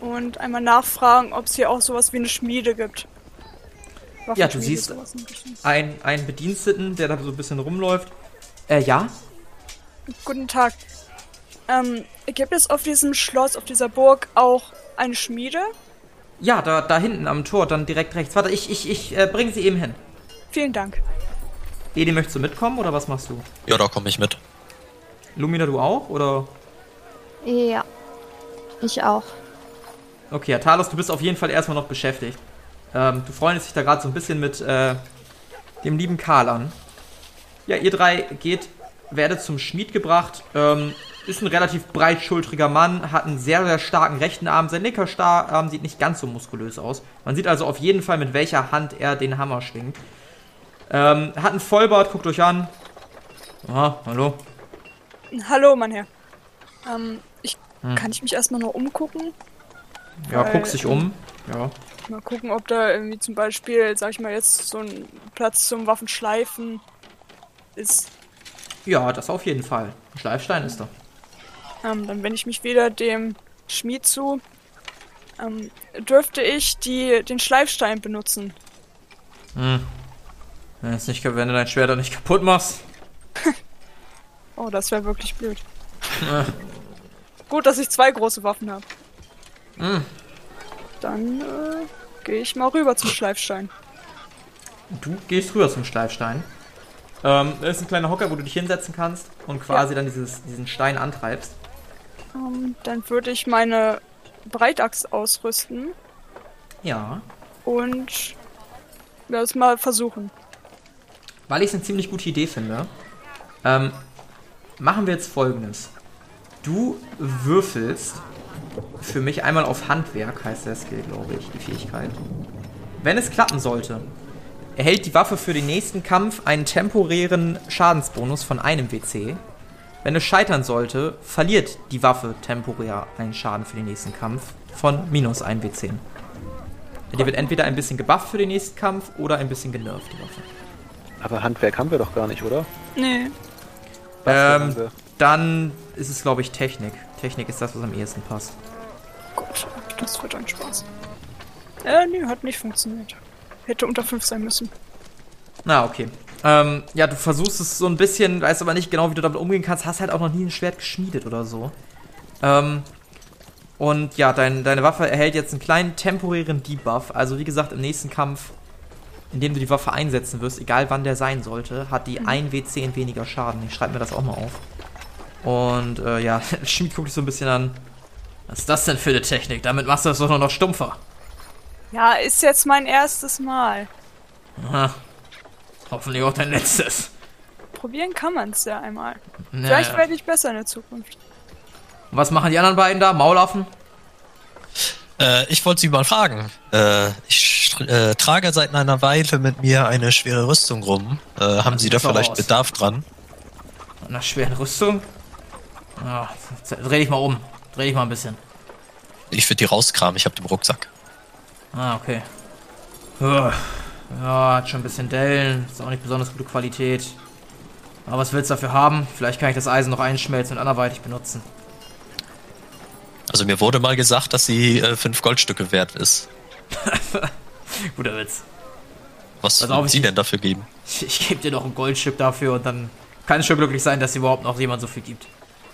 und einmal nachfragen, ob es hier auch sowas wie eine Schmiede gibt. Ja, du siehst einen, einen Bediensteten, der da so ein bisschen rumläuft. Äh, ja? Guten Tag. Ähm, gibt es auf diesem Schloss, auf dieser Burg auch eine Schmiede? Ja, da, da hinten am Tor, dann direkt rechts. Warte, ich, ich, ich äh, bringe sie eben hin. Vielen Dank. Edi, möchtest du mitkommen oder was machst du? Ja, da komme ich mit. Lumina, du auch, oder? Ja, ich auch. Okay, ja, Talos, du bist auf jeden Fall erstmal noch beschäftigt. Ähm, du freundest dich da gerade so ein bisschen mit äh, dem lieben Karl an. Ja, ihr drei geht, werdet zum Schmied gebracht. Ähm, ist ein relativ breitschultriger Mann, hat einen sehr, sehr starken rechten Arm. Sein linker Arm sieht nicht ganz so muskulös aus. Man sieht also auf jeden Fall, mit welcher Hand er den Hammer schwingt. Ähm, hat einen Vollbart, guckt euch an. Aha, hallo. Hallo, mein Herr. Ähm, ich, Hm. kann ich mich erstmal noch umgucken? Ja, Weil, guckst dich um. Ja. Mal gucken, ob da irgendwie zum Beispiel, sag ich mal jetzt, so ein Platz zum Waffenschleifen ist. Ja, das auf jeden Fall. Ein Schleifstein ist da. Ähm, dann wende ich mich wieder dem Schmied zu. Ähm, dürfte ich die, den Schleifstein benutzen? Hm. Wenn, es nicht, wenn du dein Schwert dann nicht kaputt machst. Oh, das wäre wirklich blöd. Äh. Gut, dass ich zwei große Waffen habe. Hm. Dann äh, gehe ich mal rüber zum Schleifstein. Du gehst rüber zum Schleifstein. Ähm, da ist ein kleiner Hocker, wo du dich hinsetzen kannst und quasi Ja. dann dieses, diesen Stein antreibst. Ähm, dann würde ich meine Breitaxt ausrüsten Ja. und das mal versuchen. Weil ich es eine ziemlich gute Idee finde, ähm, machen wir jetzt Folgendes. Du würfelst für mich einmal auf Handwerk, heißt der Skill, glaube ich, die Fähigkeit. Wenn es klappen sollte, erhält die Waffe für den nächsten Kampf einen temporären Schadensbonus von einem W C. Wenn es scheitern sollte, verliert die Waffe temporär einen Schaden für den nächsten Kampf von minus einem W C. Die wird entweder ein bisschen gebufft für den nächsten Kampf oder ein bisschen genervt, die Waffe. Aber Handwerk haben wir doch gar nicht, oder? Nee. Was Ähm, haben wir? Dann ist es, glaube ich, Technik. Technik ist das, was am ehesten passt. Gut, das wird ein Spaß. Äh, nee, hat nicht funktioniert. Hätte unter fünf sein müssen. Na, okay. Ähm, ja, du versuchst es so ein bisschen, weißt aber nicht genau, wie du damit umgehen kannst. Hast halt auch noch nie ein Schwert geschmiedet oder so. Ähm, und ja, dein, deine Waffe erhält jetzt einen kleinen temporären Debuff. Also wie gesagt, im nächsten Kampf, in dem du die Waffe einsetzen wirst, egal wann der sein sollte, hat die ein W C in weniger Schaden. Ich schreibe mir das auch mal auf. Und äh, ja, der Schmied guckt dich so ein bisschen an. Was ist das denn für eine Technik? Damit machst du das doch nur noch stumpfer. Ja, ist jetzt mein erstes Mal. Aha. Hoffentlich auch dein letztes. Probieren kann man's ja einmal. Naja. Vielleicht werde ich besser in der Zukunft. Und was machen die anderen beiden da? Maulaffen? Äh, ich wollte Sie mal fragen. Äh, ich äh, trage seit einer Weile mit mir eine schwere Rüstung rum. Äh, haben Sie da sieht doch vielleicht aus. Bedarf dran? An einer schweren Rüstung? Ja, dreh dich mal um. Dreh dich mal ein bisschen. Ich würde die rauskramen, ich habe den Rucksack. Ah, okay. Ja, hat schon ein bisschen Dellen. Ist auch nicht besonders gute Qualität. Aber was willst du dafür haben? Vielleicht kann ich das Eisen noch einschmelzen und anderweitig benutzen. Also mir wurde mal gesagt, dass sie äh, fünf Goldstücke wert ist. Guter Witz. Was Pass würden auf, Sie ich- denn dafür geben? Ich, ich gebe dir noch ein Goldstück dafür und dann kann es schon glücklich sein, dass überhaupt noch jemand so viel gibt.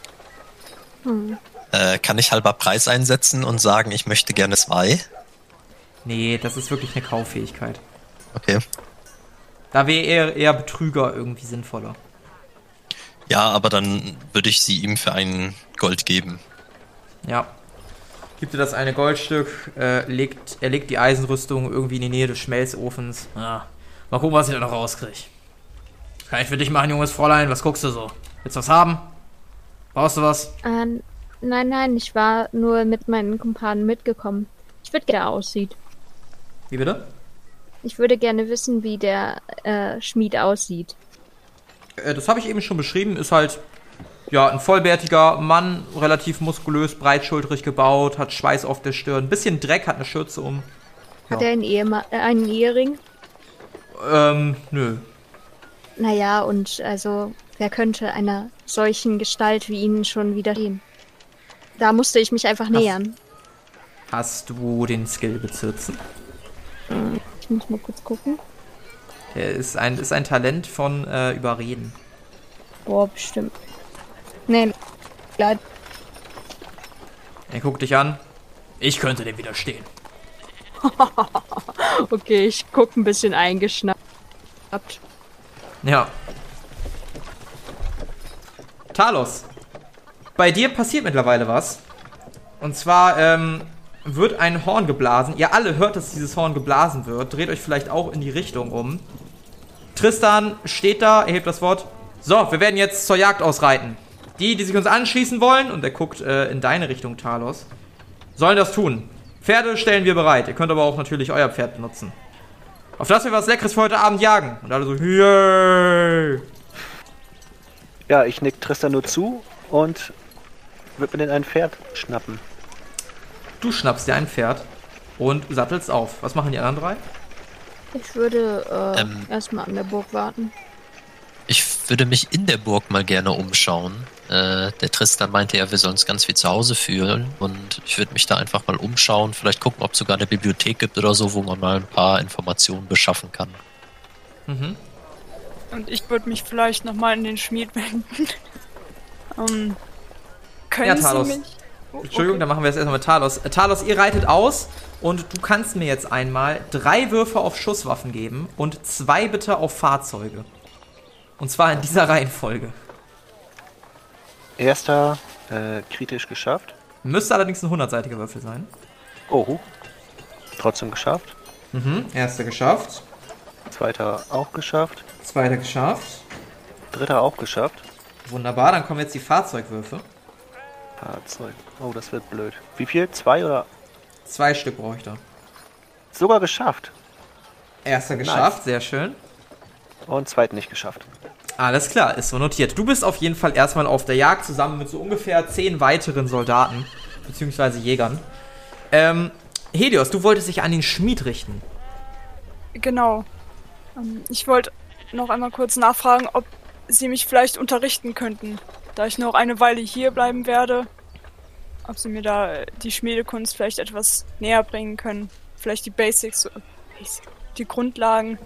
Äh, kann ich halber Preis einsetzen und sagen, ich möchte gerne zwei? Nee, das ist wirklich eine Kauffähigkeit. Okay. Da wäre eher, eher Betrüger irgendwie sinnvoller. Ja, aber dann würde ich sie ihm für ein Gold geben. Ja. Gibt dir das eine Goldstück, äh, legt, er legt die Eisenrüstung irgendwie in die Nähe des Schmelzofens. Ja. Mal gucken, was ich da noch rauskriege. Kann ich für dich machen, junges Fräulein? Was guckst du so? Willst du was haben? Brauchst du was? Äh, nein, nein, ich war nur mit meinen Kumpanen mitgekommen. Ich würde gerne aussieht. Wie bitte? Ich würde gerne wissen, wie der äh, Schmied aussieht. Äh, das habe ich eben schon beschrieben. Ist halt, ja, ein vollbärtiger Mann, relativ muskulös, breitschultrig gebaut, hat Schweiß auf der Stirn, bisschen Dreck, hat eine Schürze um. Hat Ja. er einen, Ehema äh, einen Ehering? Ähm, nö. Naja, und also, wer könnte einer solchen Gestalt wie Ihnen schon widerstehen? Da musste ich mich einfach nähern. Hast du den Skill bezirzen? Ich muss mal kurz gucken. Der ist ein, ist ein Talent von äh, Überreden. Boah, bestimmt. Nee, leid. Er guckt dich an. Ich könnte dem widerstehen. Okay, ich guck ein bisschen eingeschnappt. Ja. Talos, bei dir passiert mittlerweile was. Und zwar ähm, wird ein Horn geblasen. Ihr alle hört, dass dieses Horn geblasen wird. Dreht euch vielleicht auch in die Richtung um. Tristan steht da, erhebt das Wort. So, wir werden jetzt zur Jagd ausreiten. Die, die sich uns anschließen wollen, und er guckt äh, in deine Richtung, Talos, sollen das tun. Pferde stellen wir bereit. Ihr könnt aber auch natürlich euer Pferd benutzen. Auf das wir was Leckeres für heute Abend jagen. Und alle so, yay! Ja, ich nick Tristan nur zu und würde mir denn ein Pferd schnappen. Du schnappst dir ein Pferd und sattelst auf. Was machen die anderen drei? Ich würde äh, Ähm. erstmal an der Burg warten. Ich würde mich in der Burg mal gerne umschauen. Äh, der Tristan meinte ja, wir sollen uns ganz wie zu Hause fühlen. Und ich würde mich da einfach mal umschauen. Vielleicht gucken, ob es sogar eine Bibliothek gibt oder so, wo man mal ein paar Informationen beschaffen kann. Mhm. Und ich würde mich vielleicht nochmal in den Schmied wenden. ähm, können Ja, Talos. Sie mich... Oh, Entschuldigung, okay. dann machen wir es erstmal mit Talos. Äh, Talos, ihr reitet aus und du kannst mir jetzt einmal drei Würfe auf Schusswaffen geben und zwei bitte auf Fahrzeuge. Und zwar in dieser Reihenfolge. Erster äh, kritisch geschafft. Müsste allerdings ein hundertseitiger Würfel sein. Oh, trotzdem geschafft. Mhm, erster geschafft. Zweiter auch geschafft. Zweiter geschafft. Dritter auch geschafft. Wunderbar, dann kommen jetzt die Fahrzeugwürfe. Fahrzeug. Oh, das wird blöd. Wie viel? Zwei oder? Zwei Stück brauche ich da. Sogar geschafft. Erster geschafft, sehr schön. Und zweiten nicht geschafft. Alles klar, ist so notiert. Du bist auf jeden Fall erstmal auf der Jagd zusammen mit so ungefähr zehn weiteren Soldaten, beziehungsweise Jägern. Ähm, Helios, du wolltest dich an den Schmied richten. Genau. Ähm, ich wollte noch einmal kurz nachfragen, ob Sie mich vielleicht unterrichten könnten, da ich noch eine Weile hier bleiben werde. Ob Sie mir da äh, die Schmiedekunst vielleicht etwas näher bringen können. Vielleicht die Basics, äh, Basic, die Grundlagen.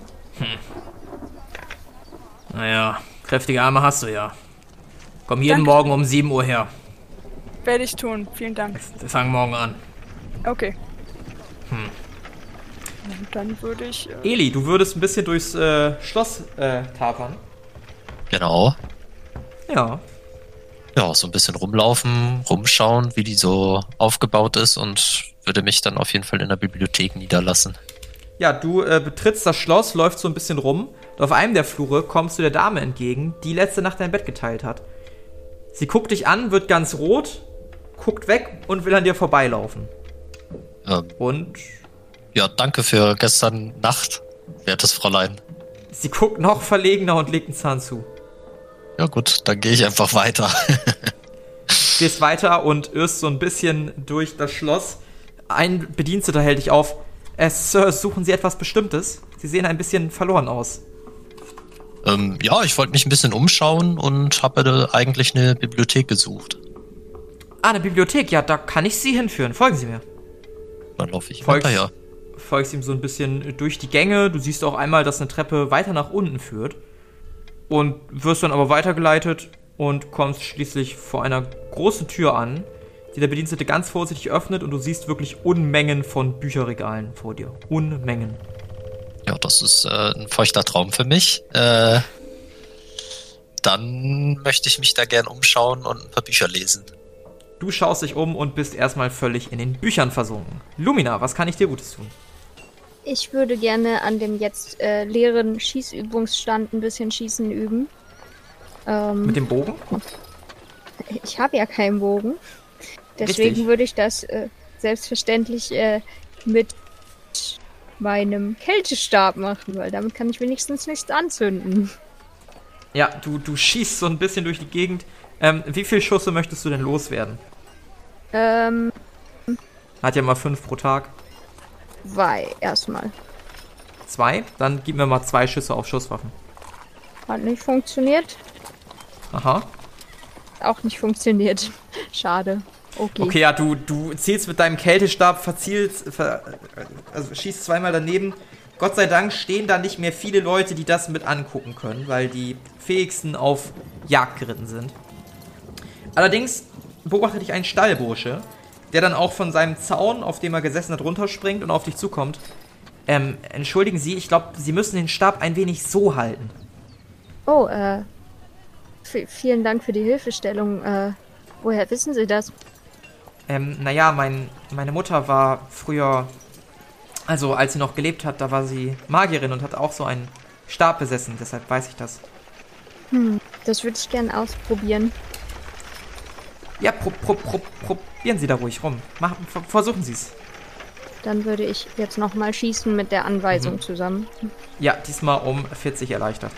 Naja, kräftige Arme hast du ja. Komm jeden Danke. Morgen um sieben Uhr her. Werde ich tun. Vielen Dank. Wir fangen morgen an. Okay. Hm. Und dann würde ich... Äh, Eli, du würdest ein bisschen durchs äh, Schloss äh, tapern. Genau. Ja. Ja, so ein bisschen rumlaufen, rumschauen, wie die so aufgebaut ist und würde mich dann auf jeden Fall in der Bibliothek niederlassen. Ja, du äh, betrittst das Schloss, läufst so ein bisschen rum. Und auf einem der Flure kommst du der Dame entgegen, die letzte Nacht dein Bett geteilt hat. Sie guckt dich an, wird ganz rot, guckt weg und will an dir vorbeilaufen. Ähm, Und ja, danke für gestern Nacht, wertes Fräulein. sie guckt noch verlegener und legt einen Zahn zu. Ja gut, dann gehe ich einfach weiter. Gehst weiter und irrst so ein bisschen durch das Schloss. Ein Bediensteter hält dich auf. Äh, Sir, suchen Sie etwas Bestimmtes? Sie sehen ein bisschen verloren aus. ähm, ja, ich wollte mich ein bisschen umschauen und habe eigentlich eine Bibliothek gesucht. Ah, eine Bibliothek. Ja, da kann ich Sie hinführen. Folgen Sie mir. Dann laufe ich Folgst- hinterher. Folgst ihm so ein bisschen durch die Gänge. Du siehst auch einmal, dass eine Treppe weiter nach unten führt. Und wirst dann aber weitergeleitet und kommst schließlich vor einer großen Tür an, die der Bedienstete ganz vorsichtig öffnet und du siehst wirklich Unmengen von Bücherregalen vor dir. Unmengen. Ja, das ist äh, ein feuchter Traum für mich. Äh, dann möchte ich mich da gern umschauen und ein paar Bücher lesen. Du schaust dich um und bist erstmal völlig in den Büchern versunken. Lumina, was kann ich dir Gutes tun? Ich würde gerne an dem jetzt äh, leeren Schießübungsstand ein bisschen Schießen üben. Ähm, Mit dem Bogen? ich habe ja keinen Bogen. Deswegen Richtig. würde ich das äh, selbstverständlich äh, mit meinem Kältestab machen, weil damit kann ich wenigstens nichts anzünden. Ja, du, du schießt so ein bisschen durch die Gegend. Ähm, wie viele Schüsse möchtest du denn loswerden? Ähm, Hat ja mal fünf pro Tag. zwei erstmal. Zwei? Dann gib mir mal zwei Schüsse auf Schusswaffen. Hat nicht funktioniert. Aha. Auch nicht funktioniert. Schade. Okay. Okay, ja, du, du zielst mit deinem Kältestab, verzielst, ver, also schießt zweimal daneben. Gott sei Dank stehen da nicht mehr viele Leute, die das mit angucken können, weil die fähigsten auf Jagd geritten sind. Allerdings beobachtet dich ein Stallbursche, der dann auch von seinem Zaun, auf dem er gesessen hat, runterspringt und auf dich zukommt. Ähm, entschuldigen Sie, ich glaube, Sie müssen den Stab ein wenig so halten. Oh, äh, v- vielen Dank für die Hilfestellung. Äh, woher wissen Sie das? Ähm, naja, mein, meine Mutter war früher, also als sie noch gelebt hat, da war sie Magierin und hat auch so einen Stab besessen, deshalb weiß ich das. Hm, das würde ich gern ausprobieren. Ja, pro, pro, pro, probieren Sie da ruhig rum. Mach, v- versuchen Sie es. Dann würde ich jetzt nochmal schießen mit der Anweisung Mhm. zusammen. Ja, diesmal um vierzig erleichtert.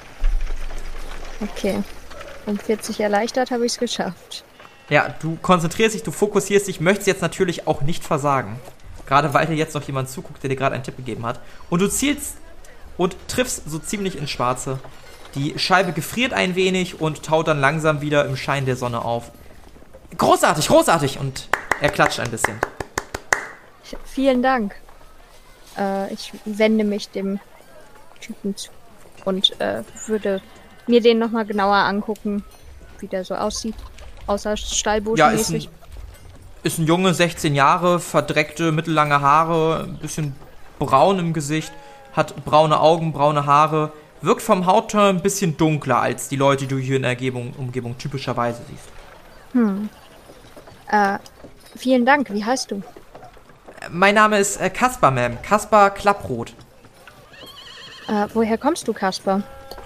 Okay. Um vierzig erleichtert habe ich es geschafft. Ja, du konzentrierst dich, du fokussierst dich, möchtest jetzt natürlich auch nicht versagen. Gerade weil dir jetzt noch jemand zuguckt, der dir gerade einen Tipp gegeben hat. Und du zielst und triffst so ziemlich ins Schwarze. Die Scheibe gefriert ein wenig und taut dann langsam wieder im Schein der Sonne auf. Großartig, großartig! Und er klatscht ein bisschen. Vielen Dank. Äh, ich wende mich dem Typen zu und äh, würde mir den nochmal genauer angucken, wie der so aussieht. Außer Ja, ist Stallburschenmäßig. ein, ist ein Junge, sechzehn Jahre, verdreckte, mittellange Haare, ein bisschen braun im Gesicht, hat braune Augen, braune Haare, wirkt vom Hautton ein bisschen dunkler als die Leute, die du hier in der Umgebung, Umgebung typischerweise siehst. Hm. Äh, vielen Dank. Wie heißt du? Mein Name ist äh, Kaspar, Ma'am. Kaspar Klapproth. Äh, woher kommst du, Kaspar?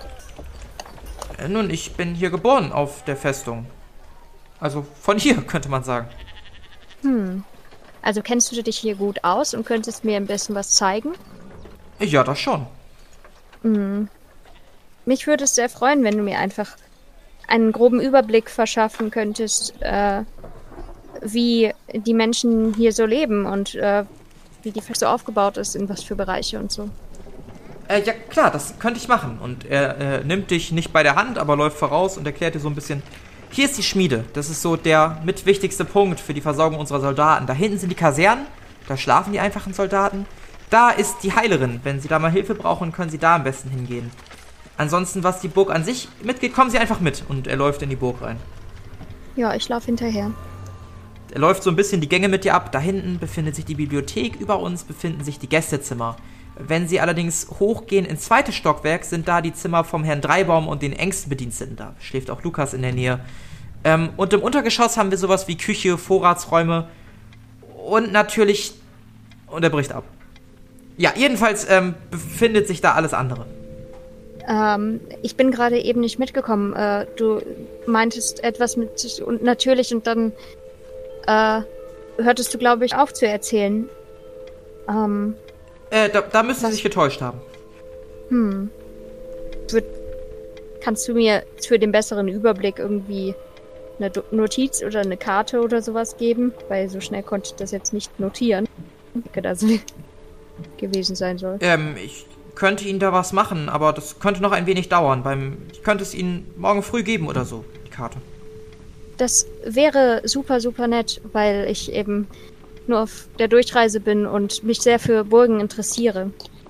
Äh, nun, ich bin hier geboren auf der Festung. Also von hier, könnte man sagen. Hm. Also kennst du dich hier gut aus und könntest mir ein bisschen was zeigen? Ja, das schon. Hm. Mich würde es sehr freuen, wenn du mir einfach einen groben Überblick verschaffen könntest, äh, wie die Menschen hier so leben und äh, wie die Fest so aufgebaut ist, in was für Bereiche und so. Äh, ja, klar, das könnte ich machen. Und er äh, nimmt dich nicht bei der Hand, aber läuft voraus und erklärt dir so ein bisschen, hier ist die Schmiede. Das ist so der mitwichtigste Punkt für die Versorgung unserer Soldaten. Da hinten sind die Kasernen, da schlafen die einfachen Soldaten. Da ist die Heilerin. Wenn sie da mal Hilfe brauchen, können sie da am besten hingehen. Ansonsten, was die Burg an sich mitgeht, kommen sie einfach mit. Und er läuft in die Burg rein. Ja, ich laufe hinterher. Er läuft so ein bisschen die Gänge mit dir ab. Da hinten befindet sich die Bibliothek, über uns befinden sich die Gästezimmer. Wenn sie allerdings hochgehen ins zweite Stockwerk, sind da die Zimmer vom Herrn Dreibaum und den engsten Bediensteten. Da schläft auch Lukas in der Nähe. Ähm, und im Untergeschoss haben wir sowas wie Küche, Vorratsräume und natürlich... Und er bricht ab. Ja, jedenfalls ähm, befindet sich da alles andere. Ähm, ich bin gerade eben nicht mitgekommen. Äh, du meintest etwas mit und natürlich und dann äh, hörtest du, glaube ich, auf zu erzählen. Ähm, Äh, da, da müssen Was? Sie sich getäuscht haben. hm. Wird, kannst du mir für den besseren Überblick irgendwie eine Do- Notiz oder eine Karte oder sowas geben? Weil so schnell konnte ich das jetzt nicht notieren. Ich denke, das gewesen sein soll. Ähm, ich könnte Ihnen da was machen, aber das könnte noch ein wenig dauern. Beim, ich könnte es Ihnen morgen früh geben oder so, die Karte. Das wäre super, super nett, weil ich eben nur auf der Durchreise bin und mich sehr für Burgen interessiere.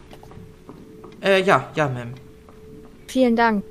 Äh, ja, ja, Ma'am. Vielen Dank.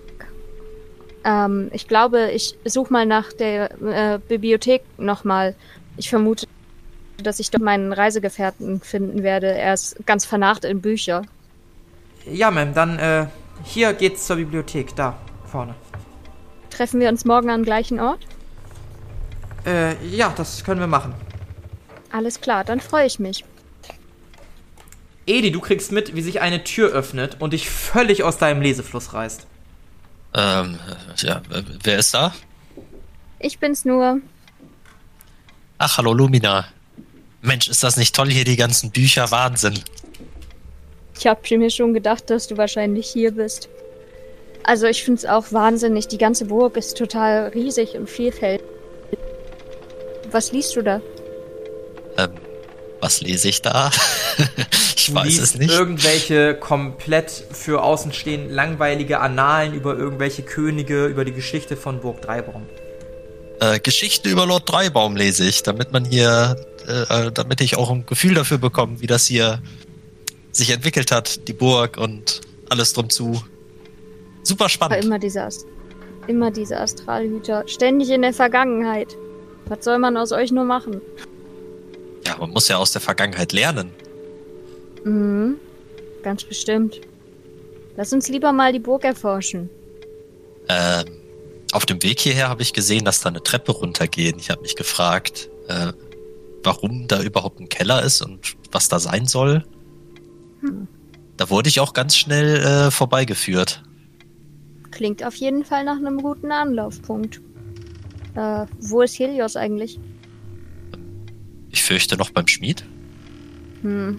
Ähm, ich glaube, ich suche mal nach der äh, Bibliothek nochmal. Ich vermute, dass ich dort meinen Reisegefährten finden werde. Er ist ganz vernarrt in Bücher. Ja, Ma'am, dann, äh, hier geht's zur Bibliothek, da, vorne. Treffen wir uns morgen am gleichen Ort? Äh, ja, das können wir machen. Alles klar, dann freue ich mich. Edi, du kriegst mit, wie sich eine Tür öffnet und dich völlig aus deinem Lesefluss reißt. Ähm, ja, wer ist da? Ich bin's nur. Ach, hallo Lumina. Mensch, ist das nicht toll hier, die ganzen Bücher? Wahnsinn. Ich habe mir schon gedacht, dass du wahrscheinlich hier bist. Also ich find's auch wahnsinnig. Die ganze Burg ist total riesig und vielfältig. Was liest du da? Ähm, was lese ich da? ich Du weiß liest es nicht. irgendwelche komplett für Außenstehende langweilige Annalen über irgendwelche Könige, über die Geschichte von Burg Dreibaum. Äh, Geschichten über Lord Dreibaum lese ich, damit man hier, äh, damit ich auch ein Gefühl dafür bekomme, wie das hier sich entwickelt hat, die Burg und alles drum zu. Super Aber spannend. immer diese, Ast immer diese Astralhüter. Ständig in der Vergangenheit. Was soll man aus euch nur machen? Ja, man muss ja aus der Vergangenheit lernen. Mhm. Ganz bestimmt. Lass uns lieber mal die Burg erforschen. Ähm, auf dem Weg hierher habe ich gesehen, dass da eine Treppe runtergeht. Ich habe mich gefragt, äh, warum da überhaupt ein Keller ist und was da sein soll. Hm. Da wurde ich auch ganz schnell äh, vorbeigeführt. Klingt auf jeden Fall nach einem guten Anlaufpunkt. Äh, wo ist Helios eigentlich? Ich fürchte noch beim Schmied. Hm.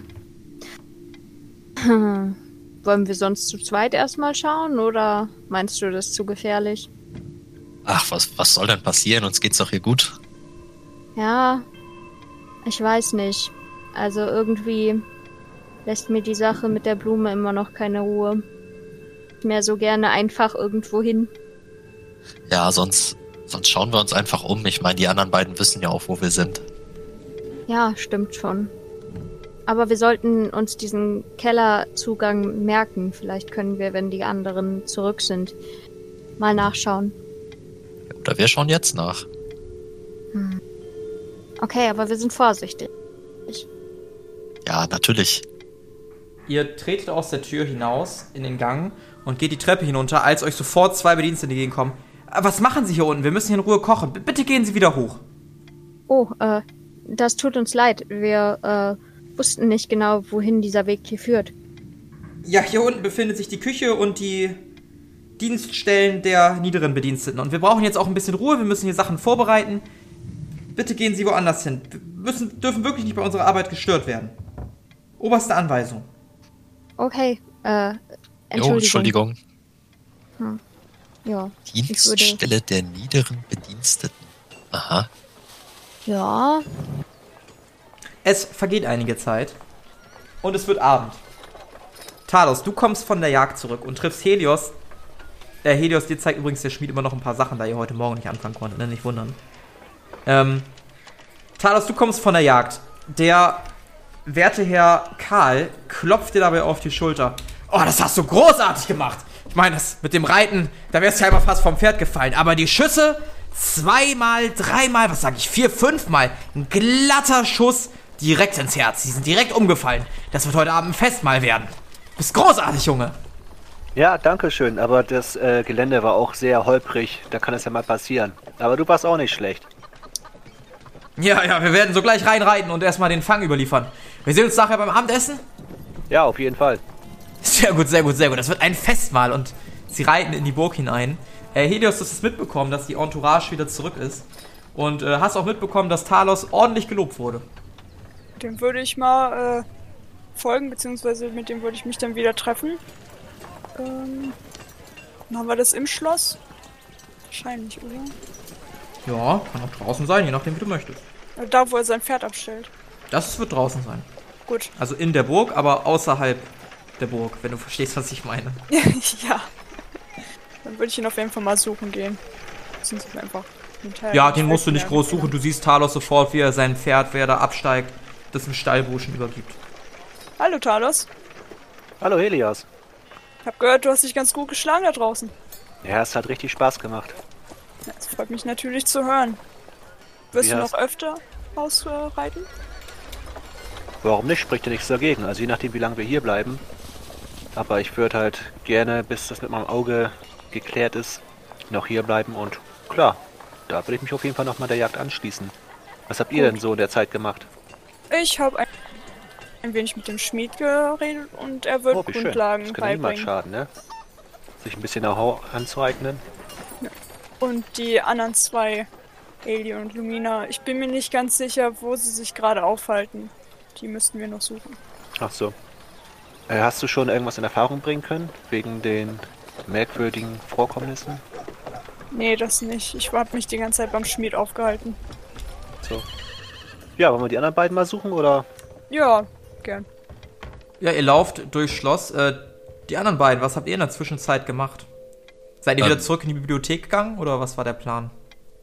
Hm. Wollen wir sonst zu zweit erstmal schauen oder meinst du, das ist zu gefährlich? Ach, was, was soll denn passieren? Uns geht's doch hier gut. Ja, ich weiß nicht. Also irgendwie lässt mir die Sache mit der Blume immer noch keine Ruhe. Mehr so gerne einfach irgendwo hin. Ja, sonst, sonst schauen wir uns einfach um. Ich meine, die anderen beiden wissen ja auch, wo wir sind. Ja, stimmt schon. Aber wir sollten uns diesen Kellerzugang merken. Vielleicht können wir, wenn die anderen zurück sind, mal nachschauen. Oder wir schauen jetzt nach. Hm. Okay, aber wir sind vorsichtig. Ja, natürlich. Ihr tretet aus der Tür hinaus in den Gang und geht die Treppe hinunter, als euch sofort zwei Bedienstete entgegenkommen. Was machen Sie hier unten? Wir müssen hier in Ruhe kochen. B- bitte gehen Sie wieder hoch. Oh, äh, das tut uns leid. Wir, äh, wussten nicht genau, wohin dieser Weg hier führt. Ja, hier unten befindet sich die Küche und die Dienststellen der niederen Bediensteten. Und wir brauchen jetzt auch ein bisschen Ruhe. Wir müssen hier Sachen vorbereiten. Bitte gehen Sie woanders hin. Wir müssen, dürfen wirklich nicht bei unserer Arbeit gestört werden. Oberste Anweisung. Okay, äh, Jo, Entschuldigung. Entschuldigung. Hm. Ja, Dienststelle der niederen Bediensteten. Aha. ja, Es vergeht einige Zeit und es wird Abend. Talos, du kommst von der Jagd zurück und triffst Helios. Äh, Helios, dir zeigt übrigens der Schmied immer noch ein paar Sachen, da ihr heute Morgen nicht anfangen konntet, ne? Nicht wundern. Ähm, Talos, du kommst von der Jagd. Der werte Herr Karl klopft dir dabei auf die Schulter. Oh, das hast du großartig gemacht. Ich meine, das mit dem Reiten, da wärst du ja einmal fast vom Pferd gefallen. Aber die Schüsse, zweimal, dreimal, was sag ich, vier, fünfmal, ein glatter Schuss direkt ins Herz. Die sind direkt umgefallen. Das wird heute Abend ein Festmahl werden. Du bist großartig, Junge. Ja, danke schön, aber das äh, Gelände war auch sehr holprig. Da kann es ja mal passieren. Aber du warst auch nicht schlecht. Ja, ja, wir werden so gleich reinreiten und erstmal den Fang überliefern. Wir sehen uns nachher beim Abendessen. Ja, auf jeden Fall. Sehr gut, sehr gut, sehr gut. Das wird ein Festmahl und sie reiten in die Burg hinein. Äh, Helios, du hast es mitbekommen, dass die Entourage wieder zurück ist. Und äh, hast auch mitbekommen, dass Talos ordentlich gelobt wurde. Dem würde ich mal äh, folgen, beziehungsweise mit dem würde ich mich dann wieder treffen. Ähm, dann haben wir das im Schloss? Wahrscheinlich, oder? Ja, kann auch draußen sein, je nachdem, wie du möchtest. Äh, Da, wo er sein Pferd abstellt. Das wird draußen sein. Gut. Also in der Burg, aber außerhalb der Burg, wenn du verstehst, was ich meine. Ja. Dann würde ich ihn auf jeden Fall mal suchen gehen. Beziehungsweise einfach hinterher. Ja, den musst du nicht Ja, groß suchen. Du siehst Talos sofort, wie er sein Pferd, wer da absteigt, das im Stallbuschen übergibt. Hallo Talos. Hallo Helios. Ich hab gehört, du hast dich ganz gut geschlagen da draußen. Ja, es hat richtig Spaß gemacht. Ja, das freut mich natürlich zu hören. Wirst Wie du hast- noch öfter ausreiten? Warum nicht? Spricht ja nichts dagegen. Also je nachdem, wie lange wir hier bleiben. Aber ich würde halt gerne, bis das mit meinem Auge geklärt ist, noch hier bleiben. Und klar, da würde ich mich auf jeden Fall nochmal der Jagd anschließen. Was habt ihr Gut. denn so in der Zeit gemacht? Ich habe ein, ein wenig mit dem Schmied geredet und er wird Oh, wie schön. Grundlagen Das kann ja niemand beibringen. schaden, ne? Sich ein bisschen Know-how anzueignen. Und die anderen zwei, Eli und Lumina, ich bin mir nicht ganz sicher, wo sie sich gerade aufhalten. Die müssten wir noch suchen. Ach so. Äh, hast du schon irgendwas in Erfahrung bringen können? Wegen den merkwürdigen Vorkommnissen? Nee, das nicht. Ich habe mich die ganze Zeit beim Schmied aufgehalten. So. Ja, wollen wir die anderen beiden mal suchen, oder? Ja, gern. Ja, ihr lauft durchs Schloss. Äh, die anderen beiden, was habt ihr in der Zwischenzeit gemacht? Seid ihr Ähm. wieder zurück in die Bibliothek gegangen oder was war der Plan?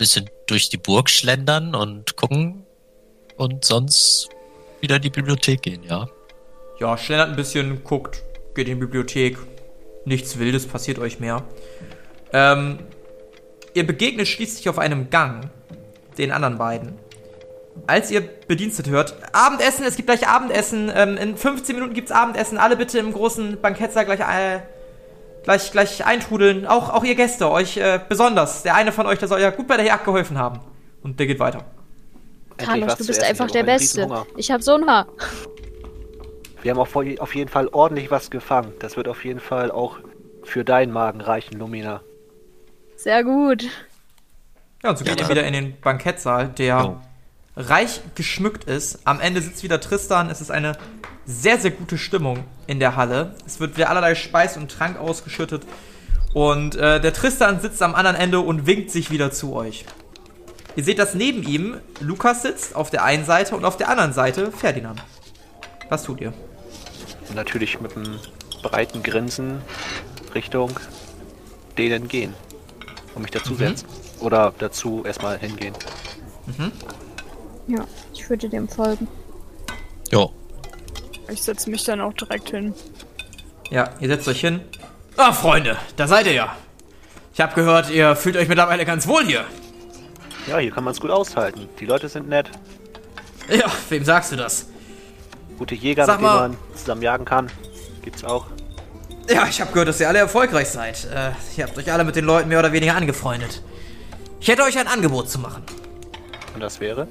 bisschen durch die Burg schlendern und gucken und sonst wieder in die Bibliothek gehen, ja. Ja, schlendert ein bisschen, guckt, geht in die Bibliothek. Nichts Wildes passiert euch mehr. Ähm, ihr begegnet schließlich auf einem Gang den anderen beiden. Als ihr Bedienstete hört, Abendessen, es gibt gleich Abendessen, ähm, in fünfzehn Minuten gibt's Abendessen, alle bitte im großen Bankettsaal gleich, äh, gleich, gleich eintrudeln, auch, auch ihr Gäste, euch äh, besonders. Der eine von euch, der soll ja gut bei der Jagd geholfen haben. Und der geht weiter. Carlos, du bist einfach der Beste. Ich hab so ein Haar. Wir haben auch auf jeden Fall ordentlich was gefangen. Das wird auf jeden Fall auch für deinen Magen reichen, Lumina. Sehr gut. Ja, und so geht ihr wieder in den Bankettsaal, der oh. reich geschmückt ist. Am Ende sitzt wieder Tristan. Es ist eine sehr, sehr gute Stimmung in der Halle. Es wird wieder allerlei Speis und Trank ausgeschüttet. Und äh, der Tristan sitzt am anderen Ende und winkt sich wieder zu euch. Ihr seht, dass neben ihm Lukas sitzt, auf der einen Seite, und auf der anderen Seite Ferdinand. Was tut ihr? Natürlich mit einem breiten Grinsen Richtung denen gehen. Und mich dazusetzen. Mhm. Oder dazu erstmal hingehen. Mhm. Ja, ich würde dem folgen. Ja. Ich setze mich dann auch direkt hin. Ja, ihr setzt euch hin. Ah, Freunde, da seid ihr ja. Ich habe gehört, ihr fühlt euch mittlerweile ganz wohl hier. Ja, hier kann man es gut aushalten. Die Leute sind nett. Ja, wem sagst du das? Gute Jäger, mit denen man zusammen jagen kann. Gibt's auch. Ja, ich habe gehört, dass ihr alle erfolgreich seid. Äh, ihr habt euch alle mit den Leuten mehr oder weniger angefreundet. Ich hätte euch ein Angebot zu machen. Und das wäre?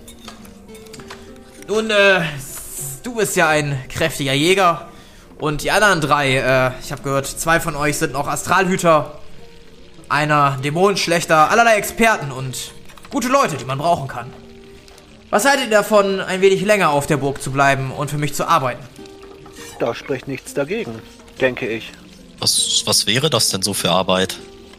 Nun, äh, du bist ja ein kräftiger Jäger. Und die anderen drei, äh, ich habe gehört, zwei von euch sind noch Astralhüter. Einer Dämonenschlechter, allerlei Experten und gute Leute, die man brauchen kann. Was haltet ihr davon, ein wenig länger auf der Burg zu bleiben und für mich zu arbeiten? Da spricht nichts dagegen, denke ich. Was, was wäre das denn so für Arbeit?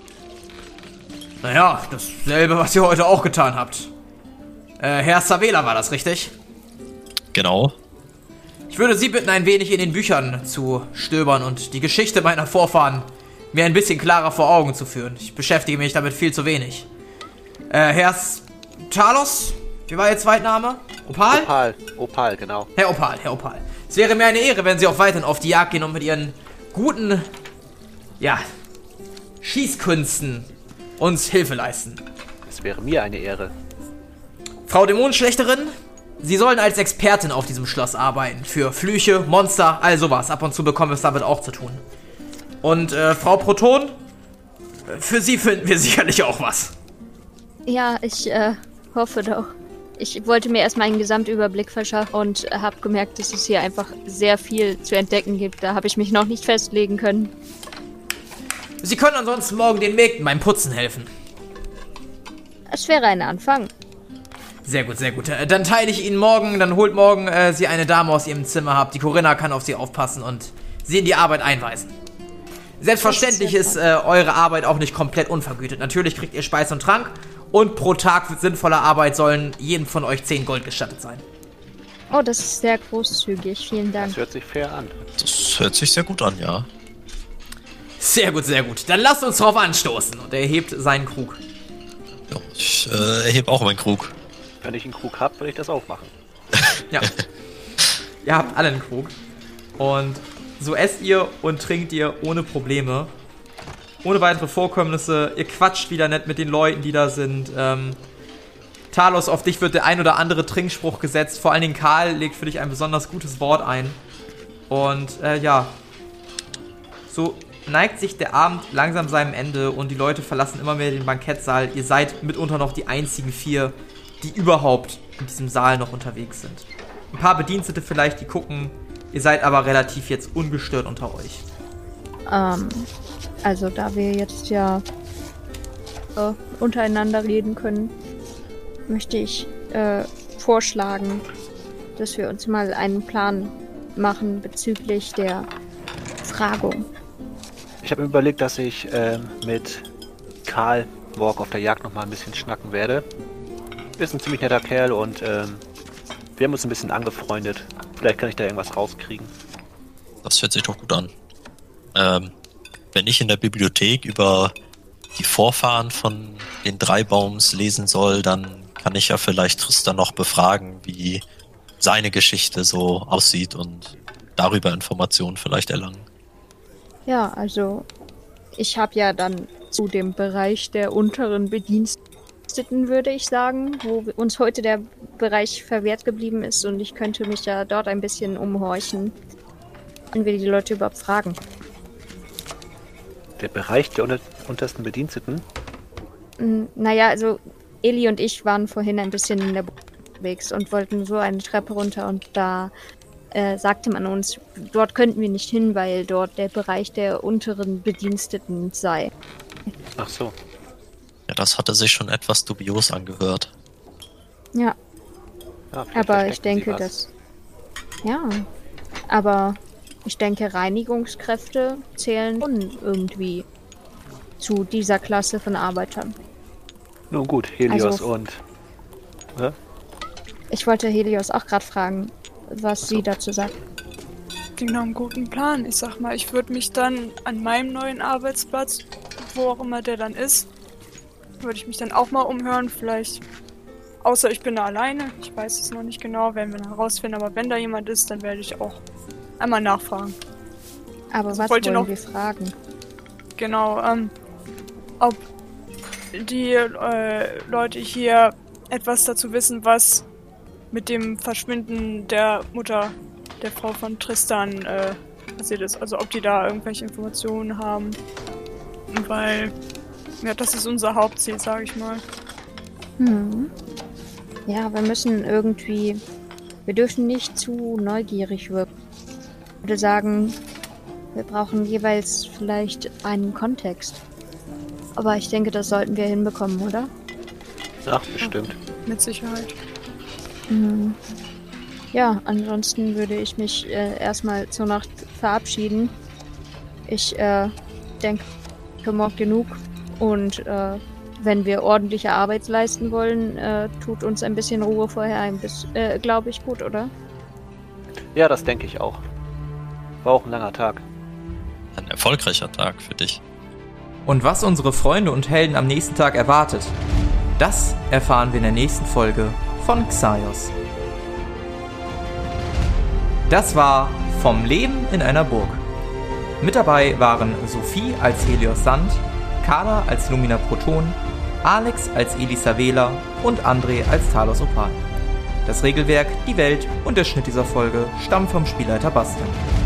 Naja, dasselbe, was ihr heute auch getan habt. Äh, Herr Savela war das, richtig? Genau. Ich würde Sie bitten, ein wenig in den Büchern zu stöbern und die Geschichte meiner Vorfahren mir ein bisschen klarer vor Augen zu führen. Ich beschäftige mich damit viel zu wenig. Äh, Herr Talos? Wie war Ihr Zweitname? Opal? Opal, Opal, genau. Herr Opal, Herr Opal. Es wäre mir eine Ehre, wenn Sie auch weiterhin auf die Jagd gehen und mit Ihren guten, ja, Schießkünsten uns Hilfe leisten. Es wäre mir eine Ehre. Frau Dämonenschlechterin, Sie sollen als Expertin auf diesem Schloss arbeiten. Für Flüche, Monster, all sowas. Ab und zu bekommen wir es damit auch zu tun. Und äh, Frau Proton, für Sie finden wir sicherlich auch was. Ja, ich äh, hoffe doch. Ich wollte mir erstmal einen Gesamtüberblick verschaffen und habe gemerkt, dass es hier einfach sehr viel zu entdecken gibt. Da habe ich mich noch nicht festlegen können. Sie können ansonsten morgen den Mägden beim Putzen helfen. Es wäre ein Anfang. Sehr gut, sehr gut. Dann teile ich Ihnen morgen, dann holt morgen äh, Sie eine Dame aus Ihrem Zimmer ab. Die Corinna kann auf Sie aufpassen und Sie in die Arbeit einweisen. Selbstverständlich ist äh, eure Arbeit auch nicht komplett unvergütet. Natürlich kriegt ihr Speis und Trank und pro Tag für sinnvolle Arbeit sollen jedem von euch zehn Gold gestattet sein. Oh, das ist sehr großzügig. Vielen Dank. Das hört sich fair an. Das hört sich sehr gut an, ja. Sehr gut, sehr gut. Dann lasst uns drauf anstoßen. Und er hebt seinen Krug. Ja, ich äh, erhebe auch meinen Krug. Wenn ich einen Krug habe, würde ich das auch machen. Ja. Ihr habt alle einen Krug. Und so esst ihr und trinkt ihr ohne Probleme. Ohne weitere Vorkommnisse. Ihr quatscht wieder nett mit den Leuten, die da sind. Ähm, Talos, auf dich wird der ein oder andere Trinkspruch gesetzt. Vor allen Dingen Karl legt für dich ein besonders gutes Wort ein. Und äh, ja, so neigt sich der Abend langsam seinem Ende und die Leute verlassen immer mehr den Bankettsaal. Ihr seid mitunter noch die einzigen vier, die überhaupt in diesem Saal noch unterwegs sind. Ein paar Bedienstete vielleicht, die gucken. Ihr seid aber relativ jetzt ungestört unter euch. Ähm, also da wir jetzt ja äh, untereinander reden können, möchte ich äh, vorschlagen, dass wir uns mal einen Plan machen bezüglich der Fragung. Ich habe mir überlegt, dass ich ähm, mit Karl morgen auf der Jagd noch mal ein bisschen schnacken werde. Ist ein ziemlich netter Kerl und ähm, wir haben uns ein bisschen angefreundet. Vielleicht kann ich da irgendwas rauskriegen. Das hört sich doch gut an. Ähm, wenn ich in der Bibliothek über die Vorfahren von den Dreibaums lesen soll, dann kann ich ja vielleicht Tristan noch befragen, wie seine Geschichte so aussieht und darüber Informationen vielleicht erlangen. Ja, also ich habe ja dann zu dem Bereich der unteren Bediensteten, würde ich sagen, wo uns heute der Bereich verwehrt geblieben ist und ich könnte mich ja dort ein bisschen umhorchen, wenn wir die Leute überhaupt fragen. Der Bereich der unter untersten Bediensteten? N- Naja, also Eli und ich waren vorhin ein bisschen in der unterwegs und wollten so eine Treppe runter und da äh, sagte man uns, dort könnten wir nicht hin, weil dort der Bereich der unteren Bediensteten sei. Ach so. Ja, das hatte sich schon etwas dubios angehört. Ja, Ja, vielleicht aber ich verstecken denke, sie was. dass... Ja, aber ich denke, Reinigungskräfte zählen schon irgendwie zu dieser Klasse von Arbeitern. Nun gut, Helios Also- und... Ne? Ich wollte Helios auch gerade fragen, was sie dazu sagt. Klingt nach einem guten Plan. Ich sag mal, ich würde mich dann an meinem neuen Arbeitsplatz, wo auch immer der dann ist, würde ich mich dann auch mal umhören. Vielleicht, außer ich bin da alleine. Ich weiß es noch nicht genau, werden wir noch herausfinden. Aber wenn da jemand ist, dann werde ich auch einmal nachfragen. Aber Also was wollt ihr wollen noch- wir fragen? Genau, ähm, ob die äh, Leute hier etwas dazu wissen, was mit dem Verschwinden der Mutter, der Frau von Tristan, äh, passiert ist. Also ob die da irgendwelche Informationen haben. Weil, ja, das ist unser Hauptziel, sage ich mal. Hm. Ja, wir müssen irgendwie... Wir dürfen nicht zu neugierig wirken. Ich würde sagen, wir brauchen jeweils vielleicht einen Kontext. Aber ich denke, das sollten wir hinbekommen, oder? Ach, bestimmt. Mit Sicherheit. Mhm. Ja, ansonsten würde ich mich äh, erstmal zur Nacht verabschieden. Ich äh, denke, morgen genug und äh, wenn wir ordentliche Arbeit leisten wollen, äh, tut uns ein bisschen Ruhe vorher ein bisschen, äh, glaube ich, gut, oder? Ja, das denke ich auch. War auch ein langer Tag. Ein erfolgreicher Tag für dich. Und was unsere Freunde und Helden am nächsten Tag erwartet, das erfahren wir in der nächsten Folge von Xaios. Das war Vom Leben in einer Burg. Mit dabei waren Sophie als Helios Sand, Carla als Lumina Proton, Alex als Elisa Wähler und André als Talos Opal. Das Regelwerk, die Welt und der Schnitt dieser Folge stammen vom Spielleiter Bastian.